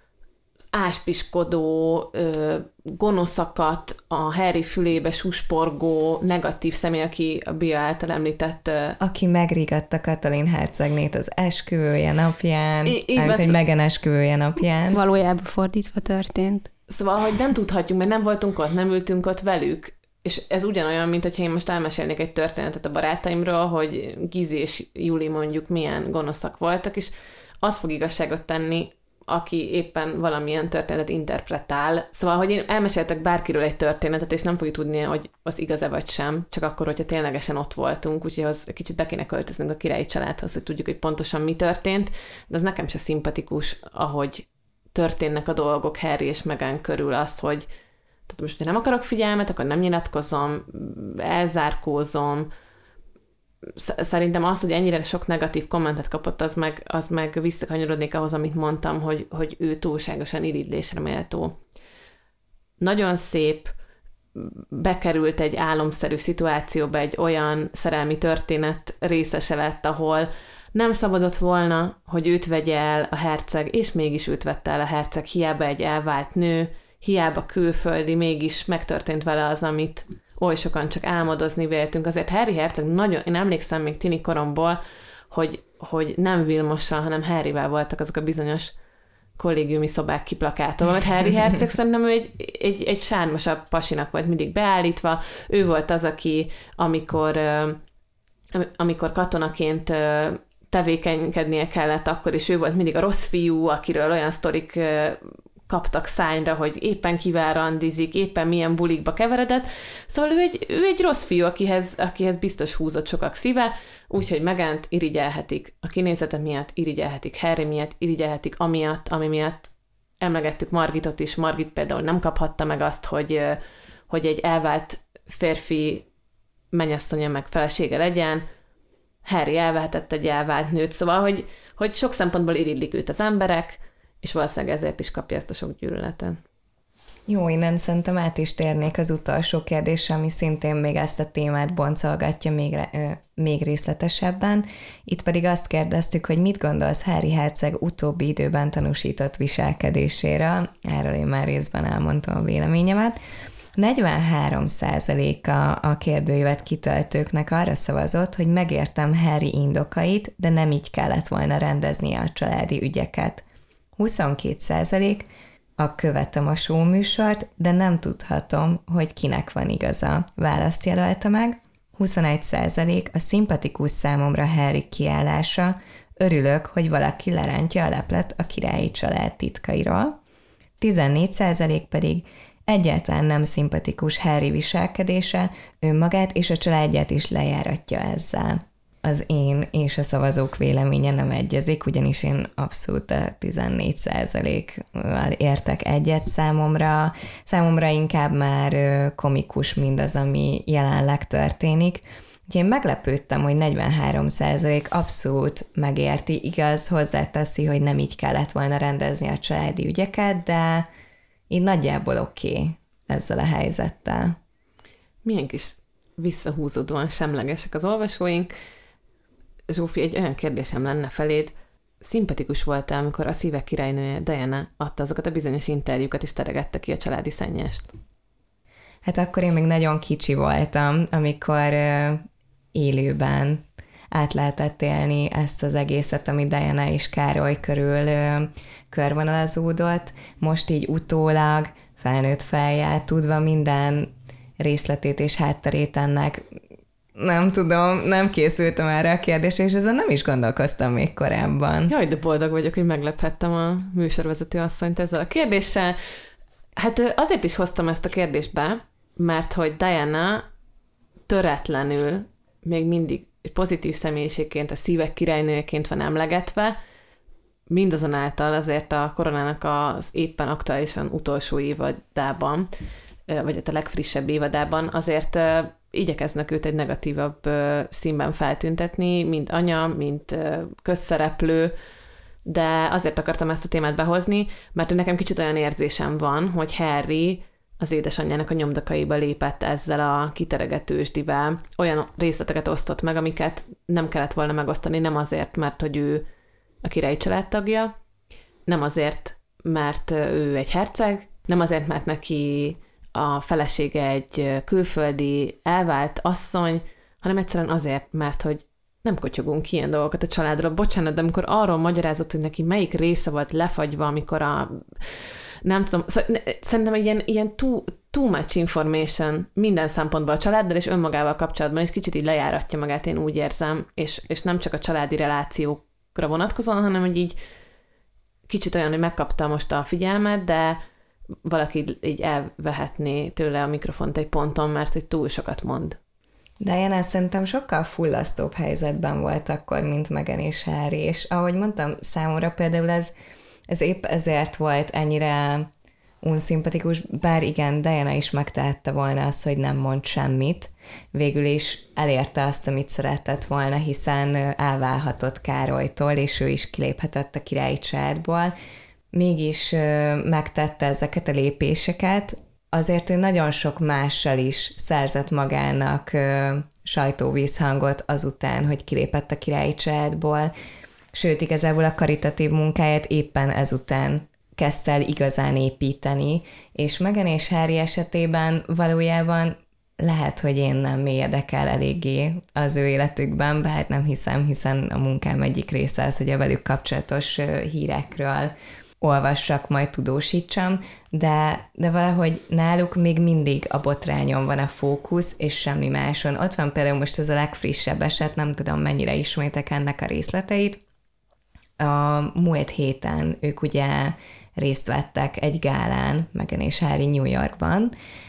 áspiskodó, gonoszakat a Harry fülébe susporgó negatív személy, aki a Bia által említett... Aki megrigatta Katalin hercegnét az esküvője napján, amit, hogy Meghan esküvője napján. Valójában fordítva történt. Szóval, hogy nem tudhatjuk, mert nem voltunk ott, nem ültünk ott velük, és ez ugyanolyan, mint hogyha én most elmesélnék egy történetet a barátaimról, hogy Gizi és Juli mondjuk milyen gonoszak voltak, és az fog igazságot tenni, aki éppen valamilyen történetet interpretál. Szóval, hogy én elmeséltek bárkiről egy történetet, és nem fogjuk tudni, hogy az igaz-e vagy sem, csak akkor, hogyha ténylegesen ott voltunk, úgyhogy az kicsit be kéne költöznünk a királyi családhoz, hogy tudjuk, hogy pontosan mi történt, de az nekem se szimpatikus, ahogy történnek a dolgok Harry és Meghan körül, azt, hogy tehát most, ha nem akarok figyelmet, akkor nem nyilatkozom, elzárkózom. Szerintem az, hogy ennyire sok negatív kommentet kapott, az meg, az meg visszakanyarodnék ahhoz, amit mondtam, hogy, hogy ő túlságosan irigylésre méltó. Nagyon szép, bekerült egy álomszerű szituációba, egy olyan szerelmi történet részese lett, ahol nem szabadott volna, hogy őt vegye el a herceg, és mégis őt vette el a herceg, hiába egy elvált nő, hiába külföldi, mégis megtörtént vele az, amit oly sokan csak álmodozni véltünk. Azért Harry herceg nagyon, én emlékszem még tini koromból, hogy, hogy nem Vilmossal, hanem Harryvel voltak azok a bizonyos kollégiumi szobák kiplakátolva, mert Harry herceg szerintem ő egy, egy, egy sármosabb pasinak volt mindig beállítva. Ő volt az, aki amikor, amikor katonaként tevékenykednie kellett, akkor is ő volt mindig a rossz fiú, akiről olyan sztorik kaptak szányra, hogy éppen kivel randizik, éppen milyen bulikba keveredett. Szóval ő egy, ő egy rossz fiú, akihez, akihez biztos húzott sokak szíve, úgyhogy Megant irigyelhetik a kinézete miatt, irigyelhetik Harry miatt, irigyelhetik amiatt, ami miatt emlegettük Margitot is. Margit például nem kaphatta meg azt, hogy, hogy egy elvált férfi mennyasszonya meg felesége legyen. Harry elvehetett egy elvált nőt, szóval, hogy, hogy sok szempontból irigylik őt az emberek, és valószínűleg ezért is kapja ezt a sok gyűlöletet. Jó, innen szerintem át is térnék az utolsó kérdésre, ami szintén még ezt a témát boncolgatja még, ö, még részletesebben. Itt pedig azt kérdeztük, hogy mit gondolsz Harry herceg utóbbi időben tanúsított viselkedéséről. Erről én már részben elmondtam a véleményemet. negyvenhárom százaléka a kérdőívet kitöltőknek arra szavazott, hogy megértem Harry indokait, de nem így kellett volna rendeznie a családi ügyeket. huszonkét százalék a követem a show műsort, de nem tudhatom, hogy kinek van igaza. Választ jelölte meg. huszonegy százalék a szimpatikus számomra Harry kiállása, örülök, hogy valaki lerántja a leplet a királyi család titkairól. tizennégy százalék pedig egyáltalán nem szimpatikus Harry viselkedése, önmagát és a családját is lejáratja ezzel. Az én és a szavazók véleménye nem egyezik, ugyanis én abszolút a tizennégy százalékkal értek egyet számomra. Számomra inkább már komikus mindaz, ami jelenleg történik. Úgyhogy én meglepődtem, hogy negyvenhárom százalék abszolút megérti, igaz, hozzáteszi, hogy nem így kellett volna rendezni a családi ügyeket, de így nagyjából oké okay ezzel a helyzettel. Milyen kis visszahúzódóan semlegesek az olvasóink. Zsófi, egy olyan kérdésem lenne feléd. Szimpatikus voltál, amikor a szívek királynője Diana adta azokat a bizonyos interjúkat, és teregette ki a családi szennyest? Hát akkor én még nagyon kicsi voltam, amikor uh, élőben át lehetett élni ezt az egészet, ami Diana és Károly körül uh, körvonalazódott. Most így utólag, felnőtt fejjel, tudva minden részletét és hátterét ennek, nem tudom, nem készültem erre a kérdésre, és ezen nem is gondolkoztam még korábban. Jaj, de boldog vagyok, hogy meglephettem a műsorvezető asszonyt ezzel a kérdéssel. Hát azért is hoztam ezt a kérdést be, mert hogy Diana töretlenül még mindig pozitív személyiségként, a szívek királynőjeként van emlegetve, mindazonáltal azért a koronának az éppen aktuálisan utolsó évadában, vagy a legfrissebb évadában azért igyekeznek őt egy negatívabb színben feltüntetni, mint anya, mint közszereplő, de azért akartam ezt a témát behozni, mert nekem kicsit olyan érzésem van, hogy Harry az édesanyjának a nyomdokaiba lépett ezzel a kiteregetősdivel. Olyan részleteket osztott meg, amiket nem kellett volna megosztani, nem azért, mert hogy ő a királyi családtagja, nem azért, mert ő egy herceg, nem azért, mert neki a felesége egy külföldi elvált asszony, hanem egyszerűen azért, mert hogy nem kotyogunk ilyen dolgokat a családról. Bocsánat, de amikor arról magyarázott, hogy neki melyik része volt lefagyva, amikor a... nem tudom, szóval szerintem ilyen, ilyen too, too much information minden szempontból a családdal és önmagával kapcsolatban, és kicsit így lejáratja magát, én úgy érzem, és, és nem csak a családi relációkra vonatkozóan, hanem hogy így kicsit olyan, hogy megkapta most a figyelmet, de valaki így elvehetné tőle a mikrofont egy ponton, mert hogy túl sokat mond. Diana szerintem sokkal fullasztóbb helyzetben volt akkor, mint Meghan és Harry, és ahogy mondtam, számomra például ez, ez épp ezért volt ennyire unszimpatikus, bár igen, Diana is megtehette volna azt, hogy nem mond semmit. Végül is elérte azt, amit szeretett volna, hiszen elválhatott Károlytól, és ő is kiléphetett a királyi családból. Mégis megtette ezeket a lépéseket, azért ő nagyon sok mással is szerzett magának sajtóvízhangot azután, hogy kilépett a királyi családból, sőt, igazából a karitatív munkáját éppen ezután kezdte el igazán építeni, és Meghan és Harry esetében valójában lehet, hogy én nem mélyedek el eléggé az ő életükben, bár nem hiszem, hiszen a munkám egyik része az, hogy a velük kapcsolatos hírekről olvassak, majd tudósítsam, de, de valahogy náluk még mindig a botrányon van a fókusz, és semmi máson. Ott van például most ez a legfrissebb eset, nem tudom mennyire ismétek ennek a részleteit. A múlt héten ők ugye részt vettek egy gálán, Meghan és Harry New Yorkban,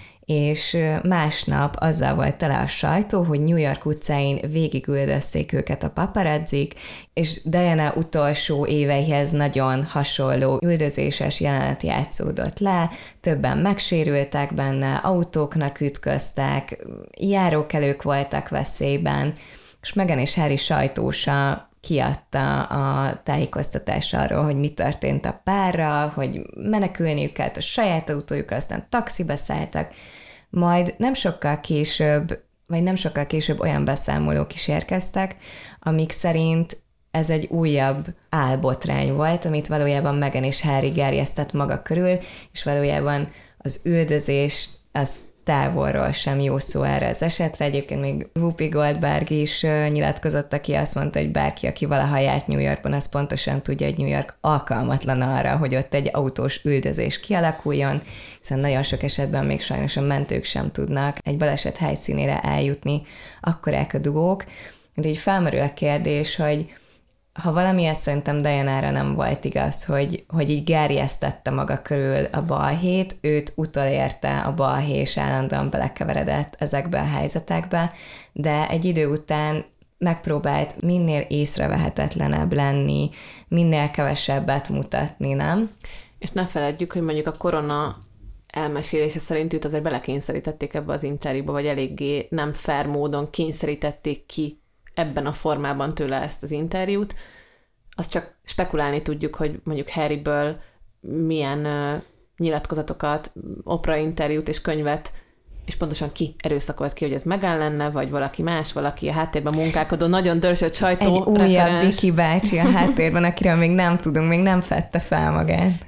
és másnap azzal volt tele a sajtó, hogy New York utcáin végigüldözték őket a paparazzik, és Diana utolsó éveihez nagyon hasonló üldözéses jelenet játszódott le, többen megsérültek benne, autóknak ütköztek, járókelők voltak veszélyben, és Meghan és Harry sajtósa kiadta a tájékoztatás arról, hogy mi történt a párral, hogy menekülniük kellett a saját autójukra, aztán taxiba szálltak, majd nem sokkal később, vagy nem sokkal később olyan beszámolók is érkeztek, amik szerint ez egy újabb álbotrány volt, amit valójában Meghan és Harry gerjesztett maga körül, és valójában az üldözés az távolról sem jó szó erre az esetre. Egyébként még Whoopi Goldberg is nyilatkozott, aki azt mondta, hogy bárki, aki valaha járt New Yorkban, az pontosan tudja, hogy New York alkalmatlan arra, hogy ott egy autós üldözés kialakuljon, hiszen nagyon sok esetben még sajnos a mentők sem tudnak egy baleset helyszínére eljutni, akkorák a dugók. De így felmerül a kérdés, hogy ha valami ezt szerintem Dianára nem volt igaz, hogy, hogy így gerjesztette maga körül a balhét, őt utolérte a balhé, és állandóan belekeveredett ezekbe a helyzetekbe, de egy idő után megpróbált minél észrevehetetlenebb lenni, minél kevesebbet mutatni, nem? És ne feledjük, hogy mondjuk a korona elmesélése szerint őt azért belekényszerítették ebbe az interjúba, vagy eléggé nem fair módon kényszerítették ki ebben a formában tőle ezt az interjút. Azt csak spekulálni tudjuk, hogy mondjuk Harryből milyen uh, nyilatkozatokat, opera interjút és könyvet, és pontosan ki erőszakolt ki, hogy ez Meghan lenne, vagy valaki más, valaki a háttérben munkálkodó, nagyon dörzsött sajtó Egy újabb Diki bácsi a háttérben, akiről még nem tudunk, még nem fedte fel magát.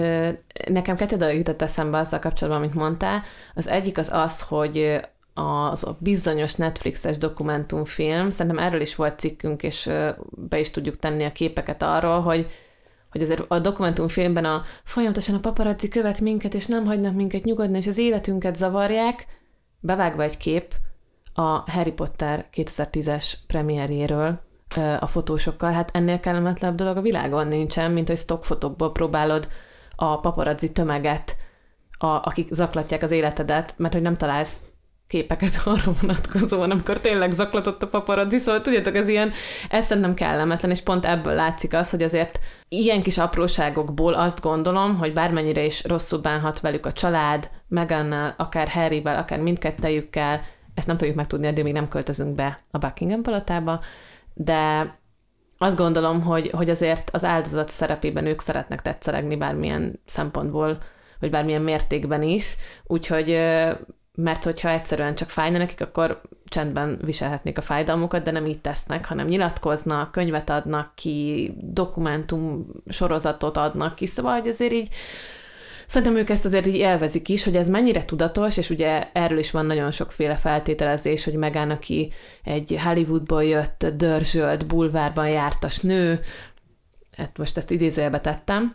Nekem kettő dolog jutott eszembe azzal kapcsolatban, amit mondtál. Az egyik az az, hogy az a bizonyos Netflixes dokumentumfilm, szerintem erről is volt cikkünk, és be is tudjuk tenni a képeket arról, hogy, hogy azért a dokumentumfilmben a folyamatosan a paparazzi követ minket, és nem hagynak minket nyugodni, és az életünket zavarják, bevágva egy kép a Harry Potter kétezer-tízes premierjéről a fotósokkal. Hát ennél kellemetlenebb dolog a világon nincsen, mint hogy stockfotókból próbálod a paparazzi tömeget, a, akik zaklatják az életedet, mert hogy nem találsz képeket arra vonatkozóan, amikor tényleg zaklatott a paparazzi, szóval tudjátok, ez ilyen, ez szerintem kellemetlen, és pont ebből látszik az, hogy azért ilyen kis apróságokból azt gondolom, hogy bármennyire is rosszul bánhat velük a család, Meghannal, akár Harryvel, akár mindkettejükkel, ezt nem fogjuk megtudni, addig még nem költözünk be a Buckingham palotába, de azt gondolom, hogy, hogy azért az áldozat szerepében ők szeretnek tetszelegni bármilyen szempontból, vagy bármilyen mértékben is, úgyhogy mert hogyha egyszerűen csak fájna nekik, akkor csendben viselhetnék a fájdalmukat, de nem így tesznek, hanem nyilatkoznak, könyvet adnak ki, dokumentum sorozatot adnak ki, szóval hogy azért így szerintem ők ezt azért így élvezik is, hogy ez mennyire tudatos, és ugye erről is van nagyon sokféle feltételezés, hogy Meghan, aki egy Hollywoodból jött, dörzsölt, bulvárban jártas nő, hát most ezt idézőjelbe tettem,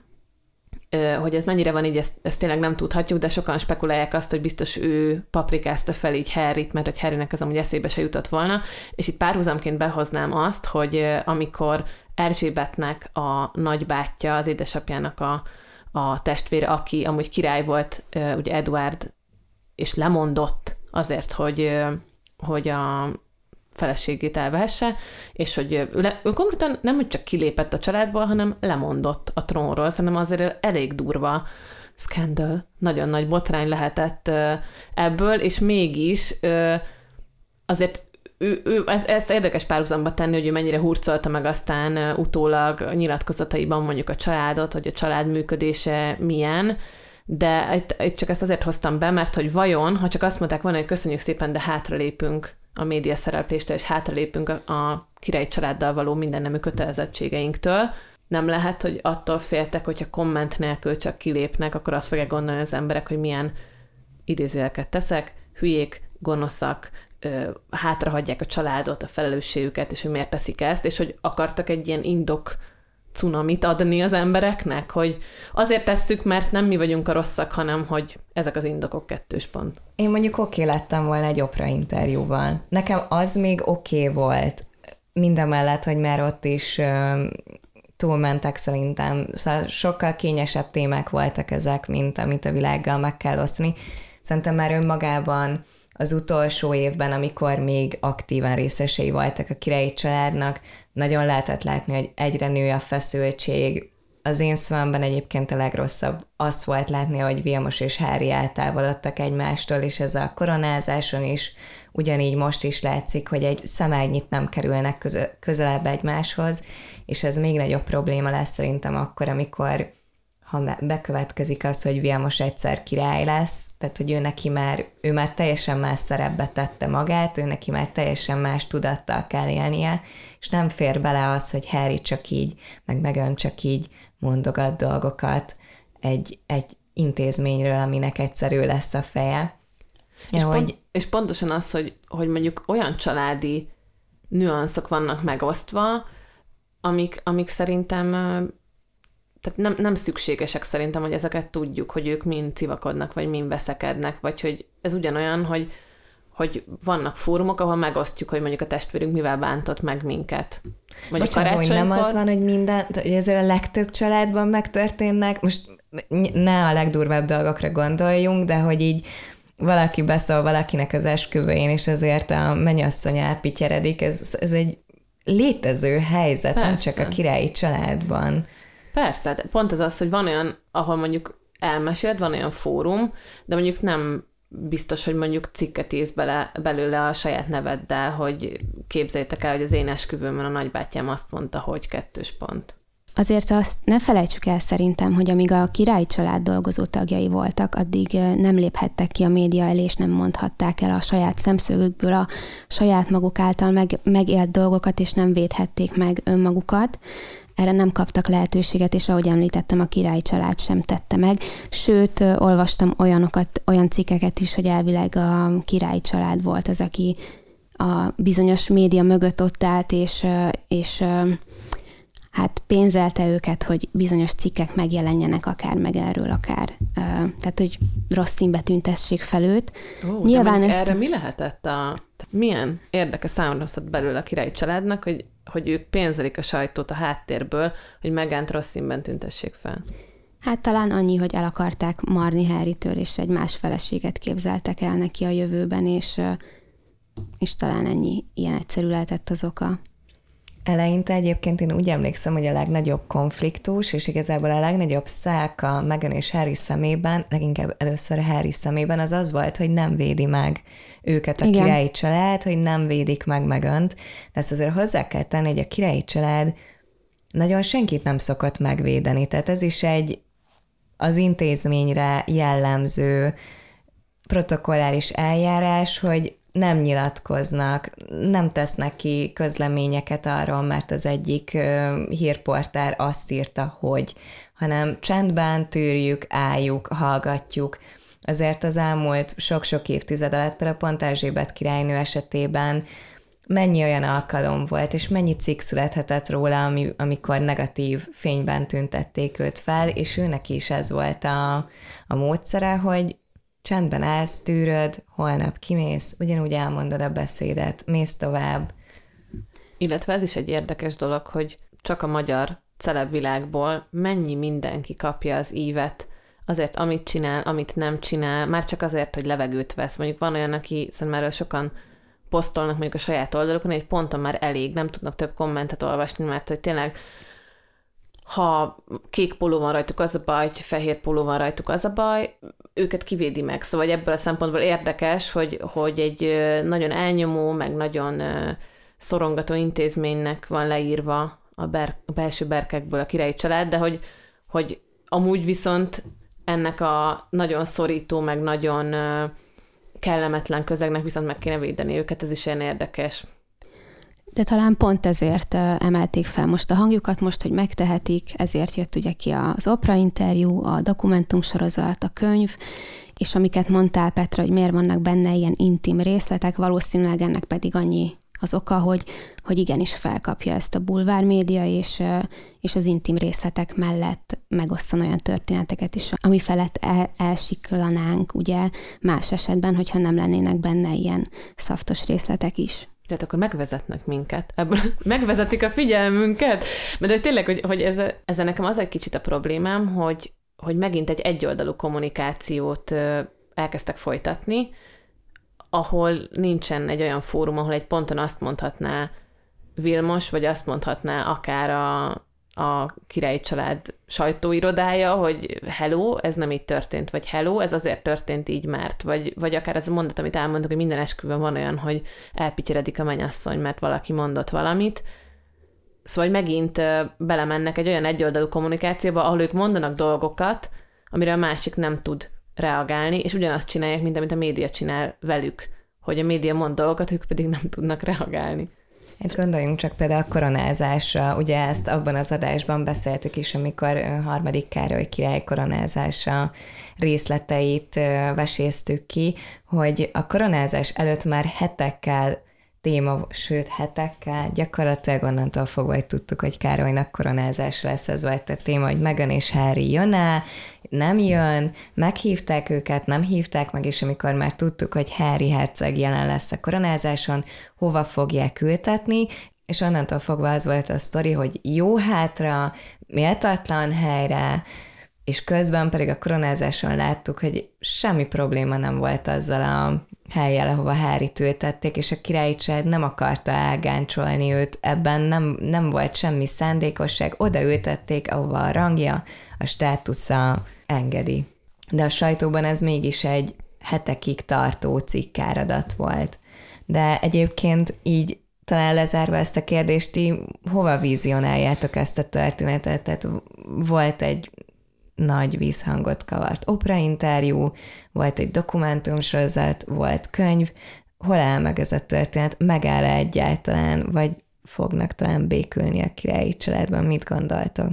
hogy ez mennyire van így, ezt, ezt tényleg nem tudhatjuk, de sokan spekulálják azt, hogy biztos ő paprikázta fel így Harryt, mert hogy Harrynek ez amúgy eszébe se jutott volna, és itt párhuzamként behoznám azt, hogy amikor Erzsébetnek a nagybátyja, az édesapjának a, a testvére, aki amúgy király volt, ugye Eduard, és lemondott azért, hogy, hogy a feleségét elvehesse, és hogy ő, le, ő konkrétan nem, hogy csak kilépett a családból, hanem lemondott a trónról. Szerintem azért elég durva scandal, nagyon nagy botrány lehetett ebből, és mégis azért ő, ő, ez, ez érdekes párhuzamba tenni, hogy ő mennyire hurcolta meg aztán utólag a nyilatkozataiban mondjuk a családot, hogy a család működése milyen, de itt, itt csak ezt azért hoztam be, mert hogy vajon, ha csak azt mondták volna, hogy köszönjük szépen, de hátralépünk a média szerepléstől, és hátralépünk a, a királyi családdal való mindennemű kötelezettségeinktől, nem lehet, hogy attól féltek, hogyha komment nélkül csak kilépnek, akkor azt fogják gondolni az emberek, hogy milyen idézőjeleket teszek, hülyék, gonoszak, ö, hátrahagyják a családot, a felelősségüket, és hogy miért teszik ezt, és hogy akartak egy ilyen indok cunamit adni az embereknek, hogy azért tesszük, mert nem mi vagyunk a rosszak, hanem hogy ezek az indokok kettős pont. Én mondjuk oké okay lettem volna egy Oprah interjúval. Nekem az még oké okay volt, mindamellett, hogy már ott is ö, túlmentek szerintem. Szóval sokkal kényesebb témák voltak ezek, mint amit a világgal meg kell osztani. Szerintem már önmagában az utolsó évben, amikor még aktívan részesei voltak a királyi családnak, nagyon lehetett látni, hogy egyre nő a feszültség. Az én szememben egyébként a legrosszabb az volt látni, hogy Vilmos és Harry eltávolodtak egymástól, és ez a koronázáson is ugyanígy most is látszik, hogy egy szemágnyit nem kerülnek köze- közelebb egymáshoz, és ez még nagyobb probléma lesz szerintem akkor, amikor ha bekövetkezik az, hogy Vilmos egyszer király lesz, tehát hogy ő neki már, ő már teljesen más szerepbe tette magát, ő neki már teljesen más tudattal kell élnie, és nem fér bele az, hogy Harry csak így, meg Meghan csak így mondogat dolgokat egy, egy intézményről, aminek egyszerű lesz a feje. És, ja, pont, hogy... és pontosan az, hogy, hogy mondjuk olyan családi nüanszok vannak megosztva, amik, amik szerintem tehát nem, nem szükségesek szerintem, hogy ezeket tudjuk, hogy ők mind civakodnak, vagy mind veszekednek, vagy hogy ez ugyanolyan, hogy, hogy vannak fórumok, ahol megosztjuk, hogy mondjuk a testvérünk mivel bántott meg minket. Vagy Bocsánat, hogy nem az van, hogy minden, hogy ezért a legtöbb családban megtörténnek, most ne a legdurvább dolgokra gondoljunk, de hogy így valaki beszól valakinek az esküvőjén, és ezért a mennyasszony elpityeredik, ez, ez egy létező helyzet, Persze. nem csak a királyi családban. Persze, pont ez az, hogy van olyan, ahol mondjuk elmesélt, van olyan fórum, de mondjuk nem biztos, hogy mondjuk cikket írsz bele, belőle a saját neveddel, hogy képzeljétek el, hogy az én esküvőmön a nagybátyám azt mondta, hogy kettős pont. Azért azt ne felejtsük el szerintem, hogy amíg a királyi család dolgozó tagjai voltak, addig nem léphettek ki a média elé, és nem mondhatták el a saját szemszögükből a saját maguk által meg, megélt dolgokat, és nem védhették meg önmagukat. Erre nem kaptak lehetőséget, és ahogy említettem, a királyi család sem tette meg. Sőt, olvastam olyanokat, olyan cikkeket is, hogy elvileg a királyi család volt az, aki a bizonyos média mögött ott állt, és, és hát pénzelte őket, hogy bizonyos cikkek megjelenjenek, akár meg erről, akár. Tehát, hogy rossz színbe tüntessék fel őt. Ó, Nyilván ezt... erre mi lehetett a... Milyen érdekes számomra belőle a királyi családnak, hogy hogy ők pénzelik a sajtót a háttérből, hogy Megant rossz színben tüntessék fel. Hát talán annyi, hogy el akarták marni Harrytől, és egy más feleséget képzeltek el neki a jövőben, és, és talán ennyi ilyen egyszerű lehetett az oka. Eleinte egyébként én úgy emlékszem, hogy a legnagyobb konfliktus, és igazából a legnagyobb szálka Meghan és Harry szemében, leginkább először Harry szemében, az az volt, hogy nem védi meg őket a Igen. királyi család, hogy nem védik meg Meghant. De ezt azért hozzá kell tenni, hogy a királyi család nagyon senkit nem szokott megvédeni. Tehát ez is egy az intézményre jellemző protokolláris eljárás, hogy nem nyilatkoznak, nem tesznek ki közleményeket arról, mert az egyik ö, hírportár azt írta, hogy, hanem csendben tűrjük, álljuk, hallgatjuk. Azért az elmúlt sok-sok évtized alatt, például pont Erzsébet királynő esetében mennyi olyan alkalom volt, és mennyi cikk születhetett róla, ami, amikor negatív fényben tüntették őt fel, és őnek is ez volt a, a módszere, hogy csendben állsz, tűröd, holnap kimész, ugyanúgy elmondod a beszédet, mész tovább. Illetve ez is egy érdekes dolog, hogy csak a magyar celebvilágból mennyi mindenki kapja az ívet, azért, amit csinál, amit nem csinál, már csak azért, hogy levegőt vesz. Mondjuk van olyan, aki szerintem erről sokan posztolnak mondjuk a saját oldalukon, egy ponton már elég, nem tudnak több kommentet olvasni, mert hogy tényleg ha kék póló van rajtuk, az a baj, hogy fehér póló van rajtuk, az a baj, őket kivédi meg. Szóval ebből a szempontból érdekes, hogy, hogy egy nagyon elnyomó, meg nagyon szorongató intézménynek van leírva a, ber, a belső berkekből a királyi család, de hogy, hogy amúgy viszont ennek a nagyon szorító, meg nagyon kellemetlen közegnek viszont meg kéne védeni őket, ez is ilyen érdekes. De talán pont ezért emelték fel most a hangjukat, most, hogy megtehetik, ezért jött ugye ki az Oprah interjú, a dokumentumsorozat, a könyv, és amiket mondtál, Petra, hogy miért vannak benne ilyen intim részletek, valószínűleg ennek pedig annyi az oka, hogy, hogy igenis felkapja ezt a bulvármédia, és, és az intim részletek mellett megosszon olyan történeteket is, ami felett el, elsiklanánk, ugye, más esetben, hogyha nem lennének benne ilyen szaftos részletek is. Tehát akkor megvezetnek minket, ebből megvezetik a figyelmünket. Mert de tényleg, hogy, hogy ez, ez nekem az egy kicsit a problémám, hogy, hogy megint egy egyoldalú kommunikációt elkezdtek folytatni, ahol nincsen egy olyan fórum, ahol egy ponton azt mondhatná Vilmos, vagy azt mondhatná akár a, a királyi család sajtóirodája, hogy hello, ez nem így történt, vagy hello, ez azért történt így, mert, vagy, vagy akár ez a mondat, amit elmondok, hogy minden esküvőn van olyan, hogy elpityeredik a mennyasszony, mert valaki mondott valamit. Szóval megint belemennek egy olyan egyoldalú kommunikációba, ahol ők mondanak dolgokat, amire a másik nem tud reagálni, és ugyanazt csinálják, mint amit a média csinál velük, hogy a média mond dolgokat, ők pedig nem tudnak reagálni. Hát gondoljunk csak például a koronázásra, ugye ezt abban az adásban beszéltük is, amikor harmadik Károly király koronázása részleteit veséztük ki, hogy a koronázás előtt már hetekkel téma, sőt hetekkel, gyakorlatilag onnantól fogva, hogy tudtuk, hogy Károlynak koronázás lesz, ez volt a téma, hogy Meghan és Harry jön-e, nem jön, meghívták őket, nem hívták meg, és amikor már tudtuk, hogy Harry herceg jelen lesz a koronázáson, hova fogják ültetni, és onnantól fogva az volt a sztori, hogy jó hátra, méltatlan helyre, és közben pedig a koronázáson láttuk, hogy semmi probléma nem volt azzal a hellyel, ahova Harryt ültették, és a királyi család nem akarta elgáncsolni őt, ebben nem, nem volt semmi szándékosság, oda ültették, ahova a rangja, a státusza engedi. De a sajtóban ez mégis egy hetekig tartó cikkáradat volt. De egyébként így talán lezárva ezt a kérdést, ti hova vizionáljátok ezt a történetet? Tehát volt egy nagy vízhangot kavart Oprah interjú, volt egy dokumentumsorozat, volt könyv. Hol áll meg ez a történet? Megáll-e egyáltalán, vagy fognak talán békülni a királyi családban? Mit gondoltok?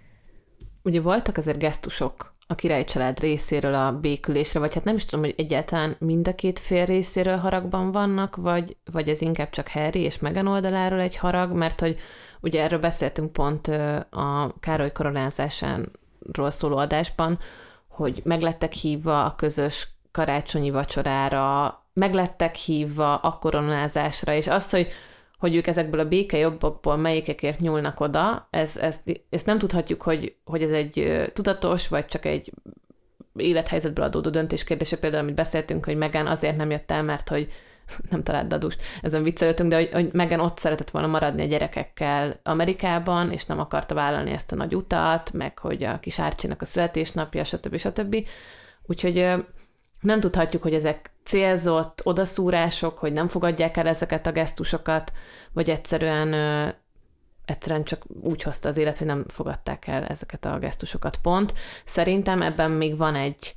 Ugye voltak azért gesztusok a királyi család részéről a békülésre, vagy hát nem is tudom, hogy egyáltalán mind a két fél részéről haragban vannak, vagy, vagy ez inkább csak Harry és Meghan oldaláról egy harag, mert hogy ugye erről beszéltünk pont a Károly koronázásánról szóló adásban, hogy meglettek hívva a közös karácsonyi vacsorára, meglettek hívva a koronázásra, és az, hogy, hogy ők ezekből a békejobbokból melyikekért nyúlnak oda, ez, ez, ezt nem tudhatjuk, hogy, hogy ez egy tudatos, vagy csak egy élethelyzetből adódó döntés kérdése, például, amit beszéltünk, hogy Meghan azért nem jött el, mert hogy nem talált dadust, ezen viccelődtünk, de hogy, hogy Meghan ott szeretett volna maradni a gyerekekkel Amerikában, és nem akarta vállalni ezt a nagy utat, meg hogy a kis Archie-nak a születésnapja, stb. stb. Úgyhogy nem tudhatjuk, hogy ezek célzott odaszúrások, hogy nem fogadják el ezeket a gesztusokat, vagy egyszerűen, egyszerűen csak úgy hozta az élet, hogy nem fogadták el ezeket a gesztusokat pont. Szerintem ebben még van egy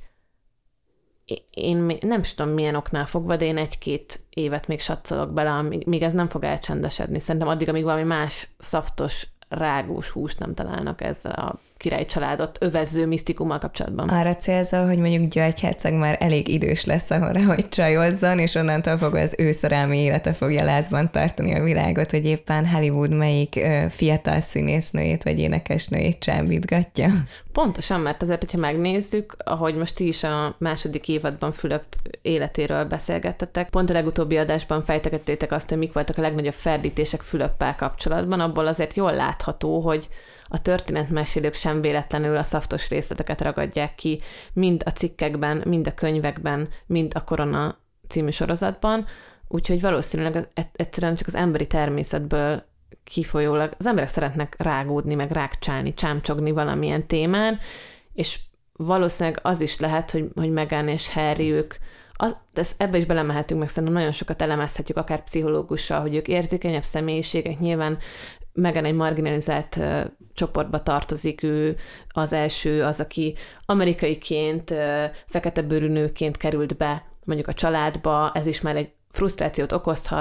én nem tudom milyen oknál fogva, de én egy-két évet még satszolok bele, amíg, míg ez nem fog elcsendesedni. Szerintem addig, amíg valami más szaftos, rágós húst nem találnak ezzel a királyi családot övező misztikummal kapcsolatban. Arra célzol, hogy mondjuk György herceg már elég idős lesz arra, hogy csajozzon, és onnantól fogva az ő szerelmi élete fogja lázban tartani a világot, hogy éppen Hollywood melyik ö, fiatal színésznőjét vagy énekesnőjét csábítgatja. Pontosan, mert azért, hogyha megnézzük, ahogy most ti is a második évadban Fülöp életéről beszélgettetek, pont a legutóbbi adásban fejtegettétek azt, hogy mik voltak a legnagyobb ferdítések Fülöppel kapcsolatban, abból azért jól látható, hogy a történetmesélők sem véletlenül a szaftos részleteket ragadják ki, mind a cikkekben, mind a könyvekben, mind a Korona című sorozatban, úgyhogy valószínűleg egyszerűen csak az emberi természetből kifolyólag az emberek szeretnek rágódni, meg rákcsálni, csámcsogni valamilyen témán, és valószínűleg az is lehet, hogy, hogy Meghan és Harry ők, az, ez, ebbe is belemehetünk, meg szerintem nagyon sokat elemezhetjük, akár pszichológussal, hogy ők érzékenyebb személyiségek, nyilván Meghan egy marginalizált uh, csoportba tartozik, ő az első, az, aki amerikaiként, uh, fekete bőrű nőként került be mondjuk a családba, ez is már egy frusztrációt okozhat,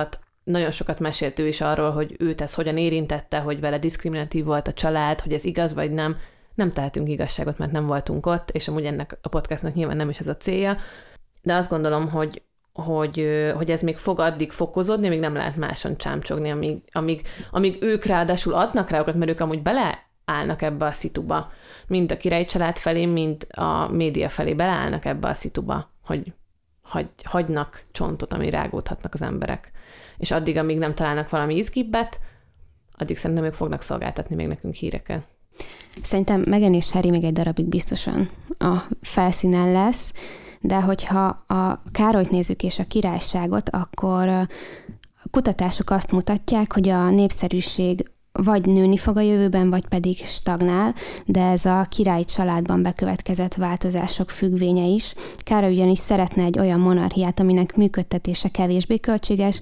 nagyon sokat mesélt ő is arról, hogy őt ez hogyan érintette, hogy vele diszkriminatív volt a család, hogy ez igaz vagy nem. Nem tehetünk igazságot, mert nem voltunk ott, és amúgy ennek a podcastnak nyilván nem is ez a célja, de azt gondolom, hogy, hogy, hogy ez még fog addig fokozódni, még nem lehet máson csámcsogni, amíg, amíg, amíg ők ráadásul adnak rá őket, mert ők amúgy beleállnak ebbe a szituba. Mind a királyi család felé, mind a média felé beleállnak ebbe a szituba, hogy hagy, hagynak csontot, ami rágódhatnak az emberek. És addig, amíg nem találnak valami izgibbet, addig szerintem ők fognak szolgáltatni még nekünk híreket. Szerintem Meghan és Harry még egy darabig biztosan a felszínen lesz, de hogyha a Károlyt nézzük és a királyságot, akkor a kutatások azt mutatják, hogy a népszerűség vagy nőni fog a jövőben, vagy pedig stagnál, de ez a királyi családban bekövetkezett változások függvénye is. Károly ugyanis szeretne egy olyan monarchiát, aminek működtetése kevésbé költséges,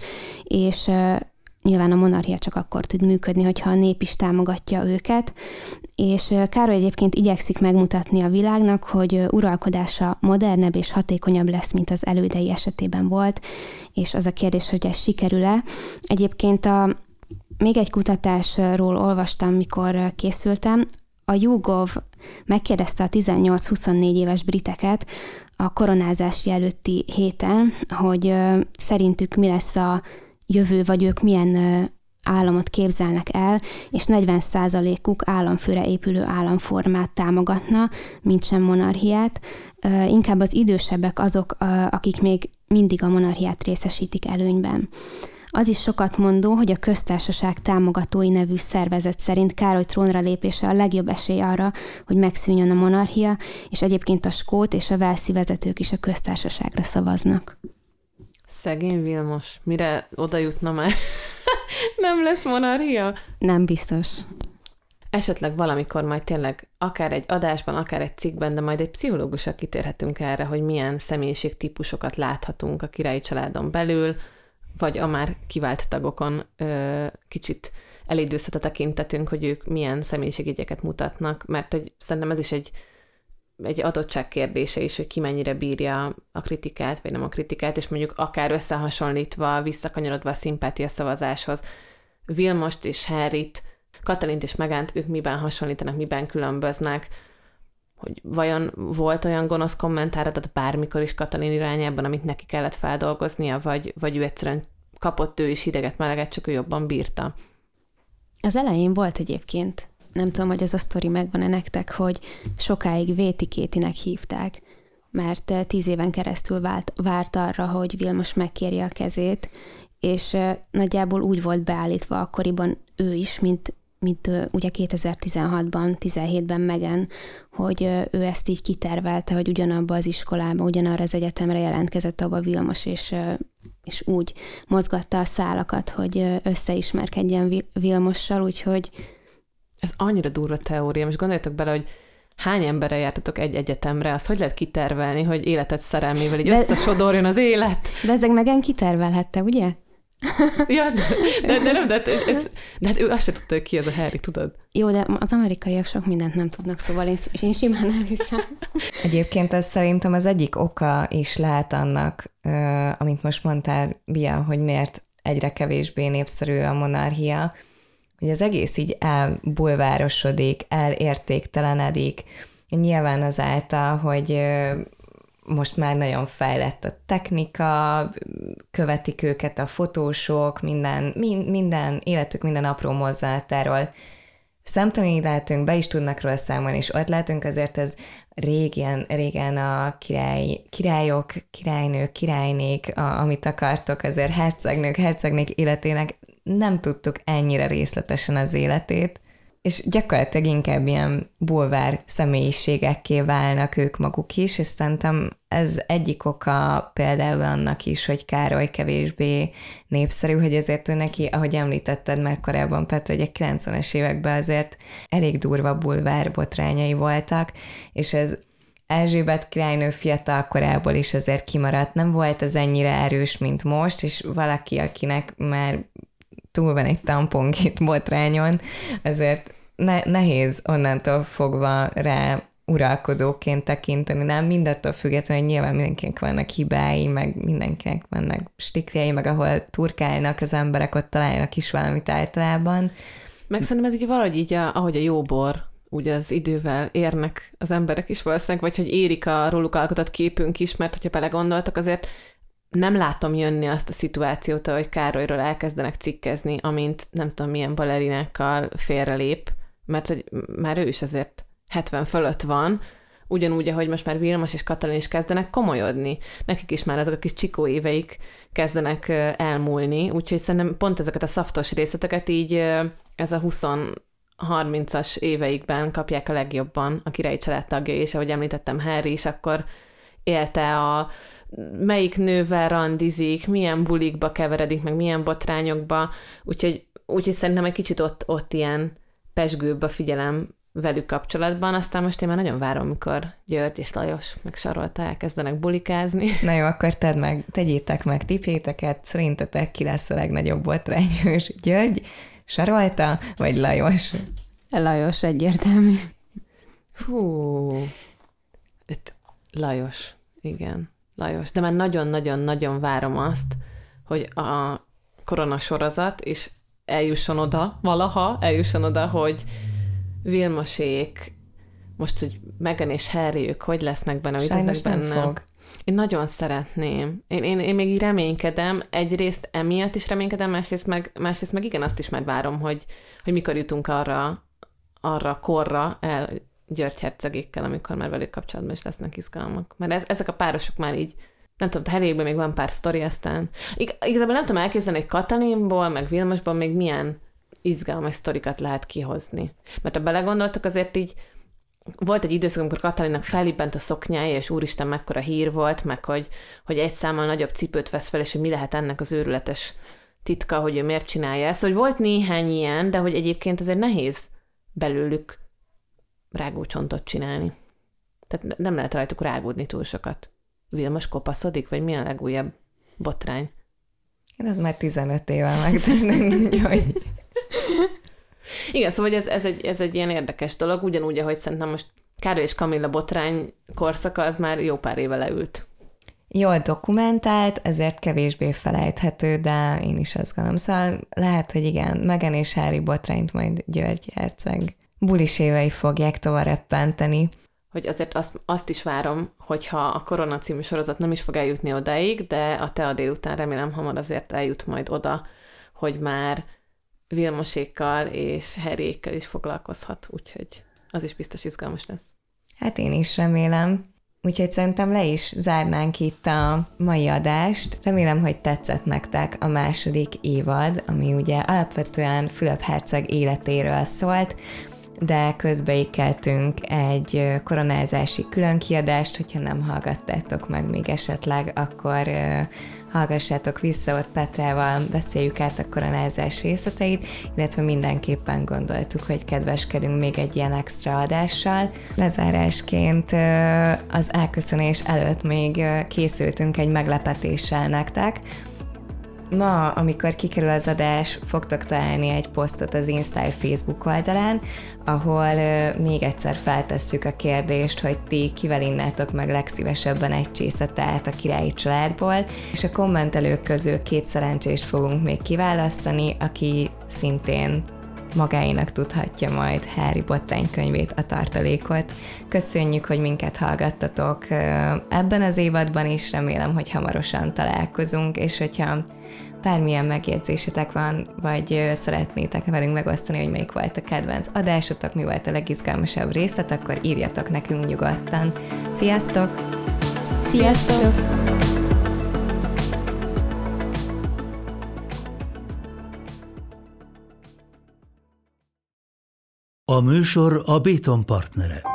és nyilván a monarchia csak akkor tud működni, hogyha a nép is támogatja őket, és Károly egyébként igyekszik megmutatni a világnak, hogy uralkodása modernebb és hatékonyabb lesz, mint az elődei esetében volt, és az a kérdés, hogy ez sikerül-e. Egyébként a, még egy kutatásról olvastam, mikor készültem, a YouGov megkérdezte a tizennyolc-huszonnégy éves briteket a koronázási előtti héten, hogy szerintük mi lesz a jövő, vagy ők milyen államot képzelnek el, és negyven százalékuk államfőre épülő államformát támogatna, mint sem monarchiát. Inkább az idősebbek azok, akik még mindig a monarchiát részesítik előnyben. Az is sokat mondó, hogy a Köztársaság Támogatói nevű szervezet szerint Károly trónra lépése a legjobb esély arra, hogy megszűnjön a monarchia, és egyébként a skót és a walesi vezetők is a köztársaságra szavaznak. Szegény Vilmos, mire oda jutna már? Nem lesz monarchia? Nem biztos. Esetleg valamikor majd tényleg akár egy adásban, akár egy cikkben, de majd egy pszichológussal kitérhetünk erre, hogy milyen személyiségtípusokat láthatunk a királyi családon belül, vagy a már kivált tagokon ö, kicsit elidőzhet a tekintetünk, hogy ők milyen személyiségjegyeket mutatnak, mert hogy szerintem ez is egy egy adottság kérdése is, hogy ki mennyire bírja a kritikát, vagy nem a kritikát, és mondjuk akár összehasonlítva, visszakanyarodva a szimpátia szavazáshoz, Vilmost és Harryt, Katalint és Meghánt, ők miben hasonlítanak, miben különböznek, hogy vajon volt olyan gonosz kommentáradat bármikor is Katalin irányában, amit neki kellett feldolgoznia, vagy, vagy ő egyszerűen kapott ő is hideget, meleget, csak ő jobban bírta. Az elején volt egyébként, nem tudom, hogy ez a sztori megvan-e nektek, hogy sokáig Véti Kétinek hívták, mert tíz éven keresztül vált, várt arra, hogy Vilmos megkérje a kezét, és nagyjából úgy volt beállítva akkoriban ő is, mint, mint ugye kétezer-tizenhatban, tizenhétben Meghan, hogy ő ezt így kitervelte, hogy ugyanabba az iskolába, ugyanarra az egyetemre jelentkezett abba Vilmos, és, és úgy mozgatta a szálakat, hogy összeismerkedjen Vilmossal, úgyhogy ez annyira durva teória, most gondoljatok bele, hogy hány emberrel jártatok egy egyetemre, azt hogy lehet kitervelni, hogy életed szerelmével így összesodorjon az élet? De ezek Meghan kitervelhette, ugye? Ja, de, de, de nem, de, ez, ez, de hát ő azt se tudta, hogy ki az a Harry, tudod? Jó, de az amerikaiak sok mindent nem tudnak, szóval én, én simán elhiszem. Egyébként ez szerintem az egyik oka is lehet annak, amit most mondtál, Bia, hogy miért egyre kevésbé népszerű a monarchia, hogy az egész így elbulvárosodik, elértéktelenedik, nyilván azáltal, hogy most már nagyon fejlett a technika, követik őket a fotósok, minden, minden életük minden apró mozzanatáról szemtanúi lehetünk, be is tudnak róla számolni, és ott lehetünk, azért ez régen, régen a király, királyok, királynők, királynék, a, amit akartok, azért hercegnők, hercegnék életének nem tudtuk ennyire részletesen az életét, és gyakorlatilag inkább ilyen bulvár személyiségekké válnak ők maguk is, és szerintem ez egyik oka például annak is, hogy Károly kevésbé népszerű, hogy ezért ő neki, ahogy említetted már korábban, Petra, hogy a kilencvenes években azért elég durva bulvár botrányai voltak, és ez Erzsébet királynő fiatal korából is azért kimaradt, nem volt ez ennyire erős, mint most, és valaki, akinek már túl van egy tampongit botrányon, azért ne, nehéz onnantól fogva rá uralkodóként tekinteni, nem mindattól függetlenül, hogy nyilván mindenkinek vannak hibái, meg mindenkinek vannak stikliai, meg ahol turkálnak az emberek, ott találnak is valamit általában. Meg szerintem ez így valahogy így, a, ahogy a jó bor, ugye az idővel érnek az emberek is valószínűleg, vagy hogy érik a róluk alkotott képünk is, mert hogyha belegondoltak, azért nem látom jönni azt a szituációt, ahogy Károlyról elkezdenek cikkezni, amint nem tudom milyen balerinákkal félrelép, mert hogy már ő is azért hetven fölött van, ugyanúgy, ahogy most már Vilmos és Katalin is kezdenek komolyodni. Nekik is már azok a kis csikó éveik kezdenek elmúlni, úgyhogy szerintem pont ezeket a szaftos részleteket így ez a húsz-harmincas éveikben kapják a legjobban a királyi családtagjai, és ahogy említettem, Harry is akkor élte a melyik nővel randizik, milyen bulikba keveredik, meg milyen botrányokba, úgyhogy, úgyhogy szerintem egy kicsit ott, ott ilyen pezsgőbb a figyelem velük kapcsolatban, aztán most én már nagyon várom, mikor György és Lajos meg Sarolta elkezdenek bulikázni. Na jó, akkor tedd meg, tegyétek meg tippéteket, szerintetek ki lesz a legnagyobb botrányos? György, Sarolta vagy Lajos? Lajos egyértelmű. Hú, itt Lajos, igen, Lajos. De már nagyon-nagyon-nagyon várom azt, hogy a korona sorozat, és eljusson oda, valaha eljusson oda, hogy Vilmosék, most, hogy Meghan és Harry, ők hogy lesznek benne, hogy Sajnos nem benne. fog. Én nagyon szeretném. Én, én, én még így reménykedem, egyrészt emiatt is reménykedem, másrészt meg, másrészt meg igen, azt is már várom, hogy, hogy mikor jutunk arra, arra korra el György hercegékkel, amikor már velük kapcsolatban is lesznek izgalmak. Mert ez, ezek a párosok már így, nem tudom, Harryben még van pár sztori, aztán Ig- igazából nem tudom elképzelni, hogy Katalinból, meg Vilmosból még milyen izgalmas sztorikat lehet kihozni. Mert ha belegondoltak, azért így volt egy időszak, amikor Katalinnak fellibbent a szoknyája, és úristen, mekkora hír volt, meg hogy, hogy egy számmal nagyobb cipőt vesz fel, és hogy mi lehet ennek az őrületes titka, hogy ő miért csinálja ezt. Hogy volt néhány ilyen, de hogy egyébként azért nehéz belőlük rágócsontot csinálni. Tehát nem lehet rajtuk rágódni túl sokat. Vilmos kopaszodik, vagy mi a legújabb botrány? Ez már tizenöt éve megtörtént, úgyhogy... Igen, szóval ez, ez, egy, ez egy ilyen érdekes dolog, ugyanúgy, ahogy szerintem most Károly és Kamilla botrány korszaka, az már jó pár éve leült. Jól dokumentált, ezért kevésbé felejthető, de én is azt gondolom. Szóval lehet, hogy igen, Meghan és Harry botrányt majd György herceg bulis évei fogják tovább reppenteni. Hogy azért azt, azt is várom, hogyha a Korona című sorozat nem is fog eljutni odáig, de a Tea délután remélem hamar azért eljut majd oda, hogy már Vilmosékkal és Harryékkel is foglalkozhat, úgyhogy az is biztos izgalmas lesz. Hát én is remélem. Úgyhogy szerintem le is zárnánk itt a mai adást. Remélem, hogy tetszett nektek a második évad, ami ugye alapvetően Fülöp herceg életéről szólt, de közbeékeltünk egy koronázási különkiadást, hogyha nem hallgattátok meg még esetleg, akkor hallgassátok vissza, ott Petrával beszéljük át a koronázás részleteit, illetve mindenképpen gondoltuk, hogy kedveskedünk még egy ilyen extra adással. Lezárásként az elköszönés előtt még készültünk egy meglepetéssel nektek. Ma, amikor kikerül az adás, fogtok találni egy posztot az InStyle Facebook oldalán, ahol uh, még egyszer feltesszük a kérdést, hogy ti kivel innátok meg legszívesebben egy csésze teát a királyi családból, és a kommentelők közül két szerencsést fogunk még kiválasztani, aki szintén magáinak tudhatja majd Harry botránykönyvét, a tartalékot. Köszönjük, hogy minket hallgattatok ebben az évadban is, remélem, hogy hamarosan találkozunk, és hogyha bármilyen megjegyzésetek van, vagy szeretnétek velünk megosztani, hogy melyik volt a kedvenc adásotok, mi volt a legizgalmasabb részlet, akkor írjatok nekünk nyugodtan. Sziasztok! Sziasztok! A műsor a Béton partnere.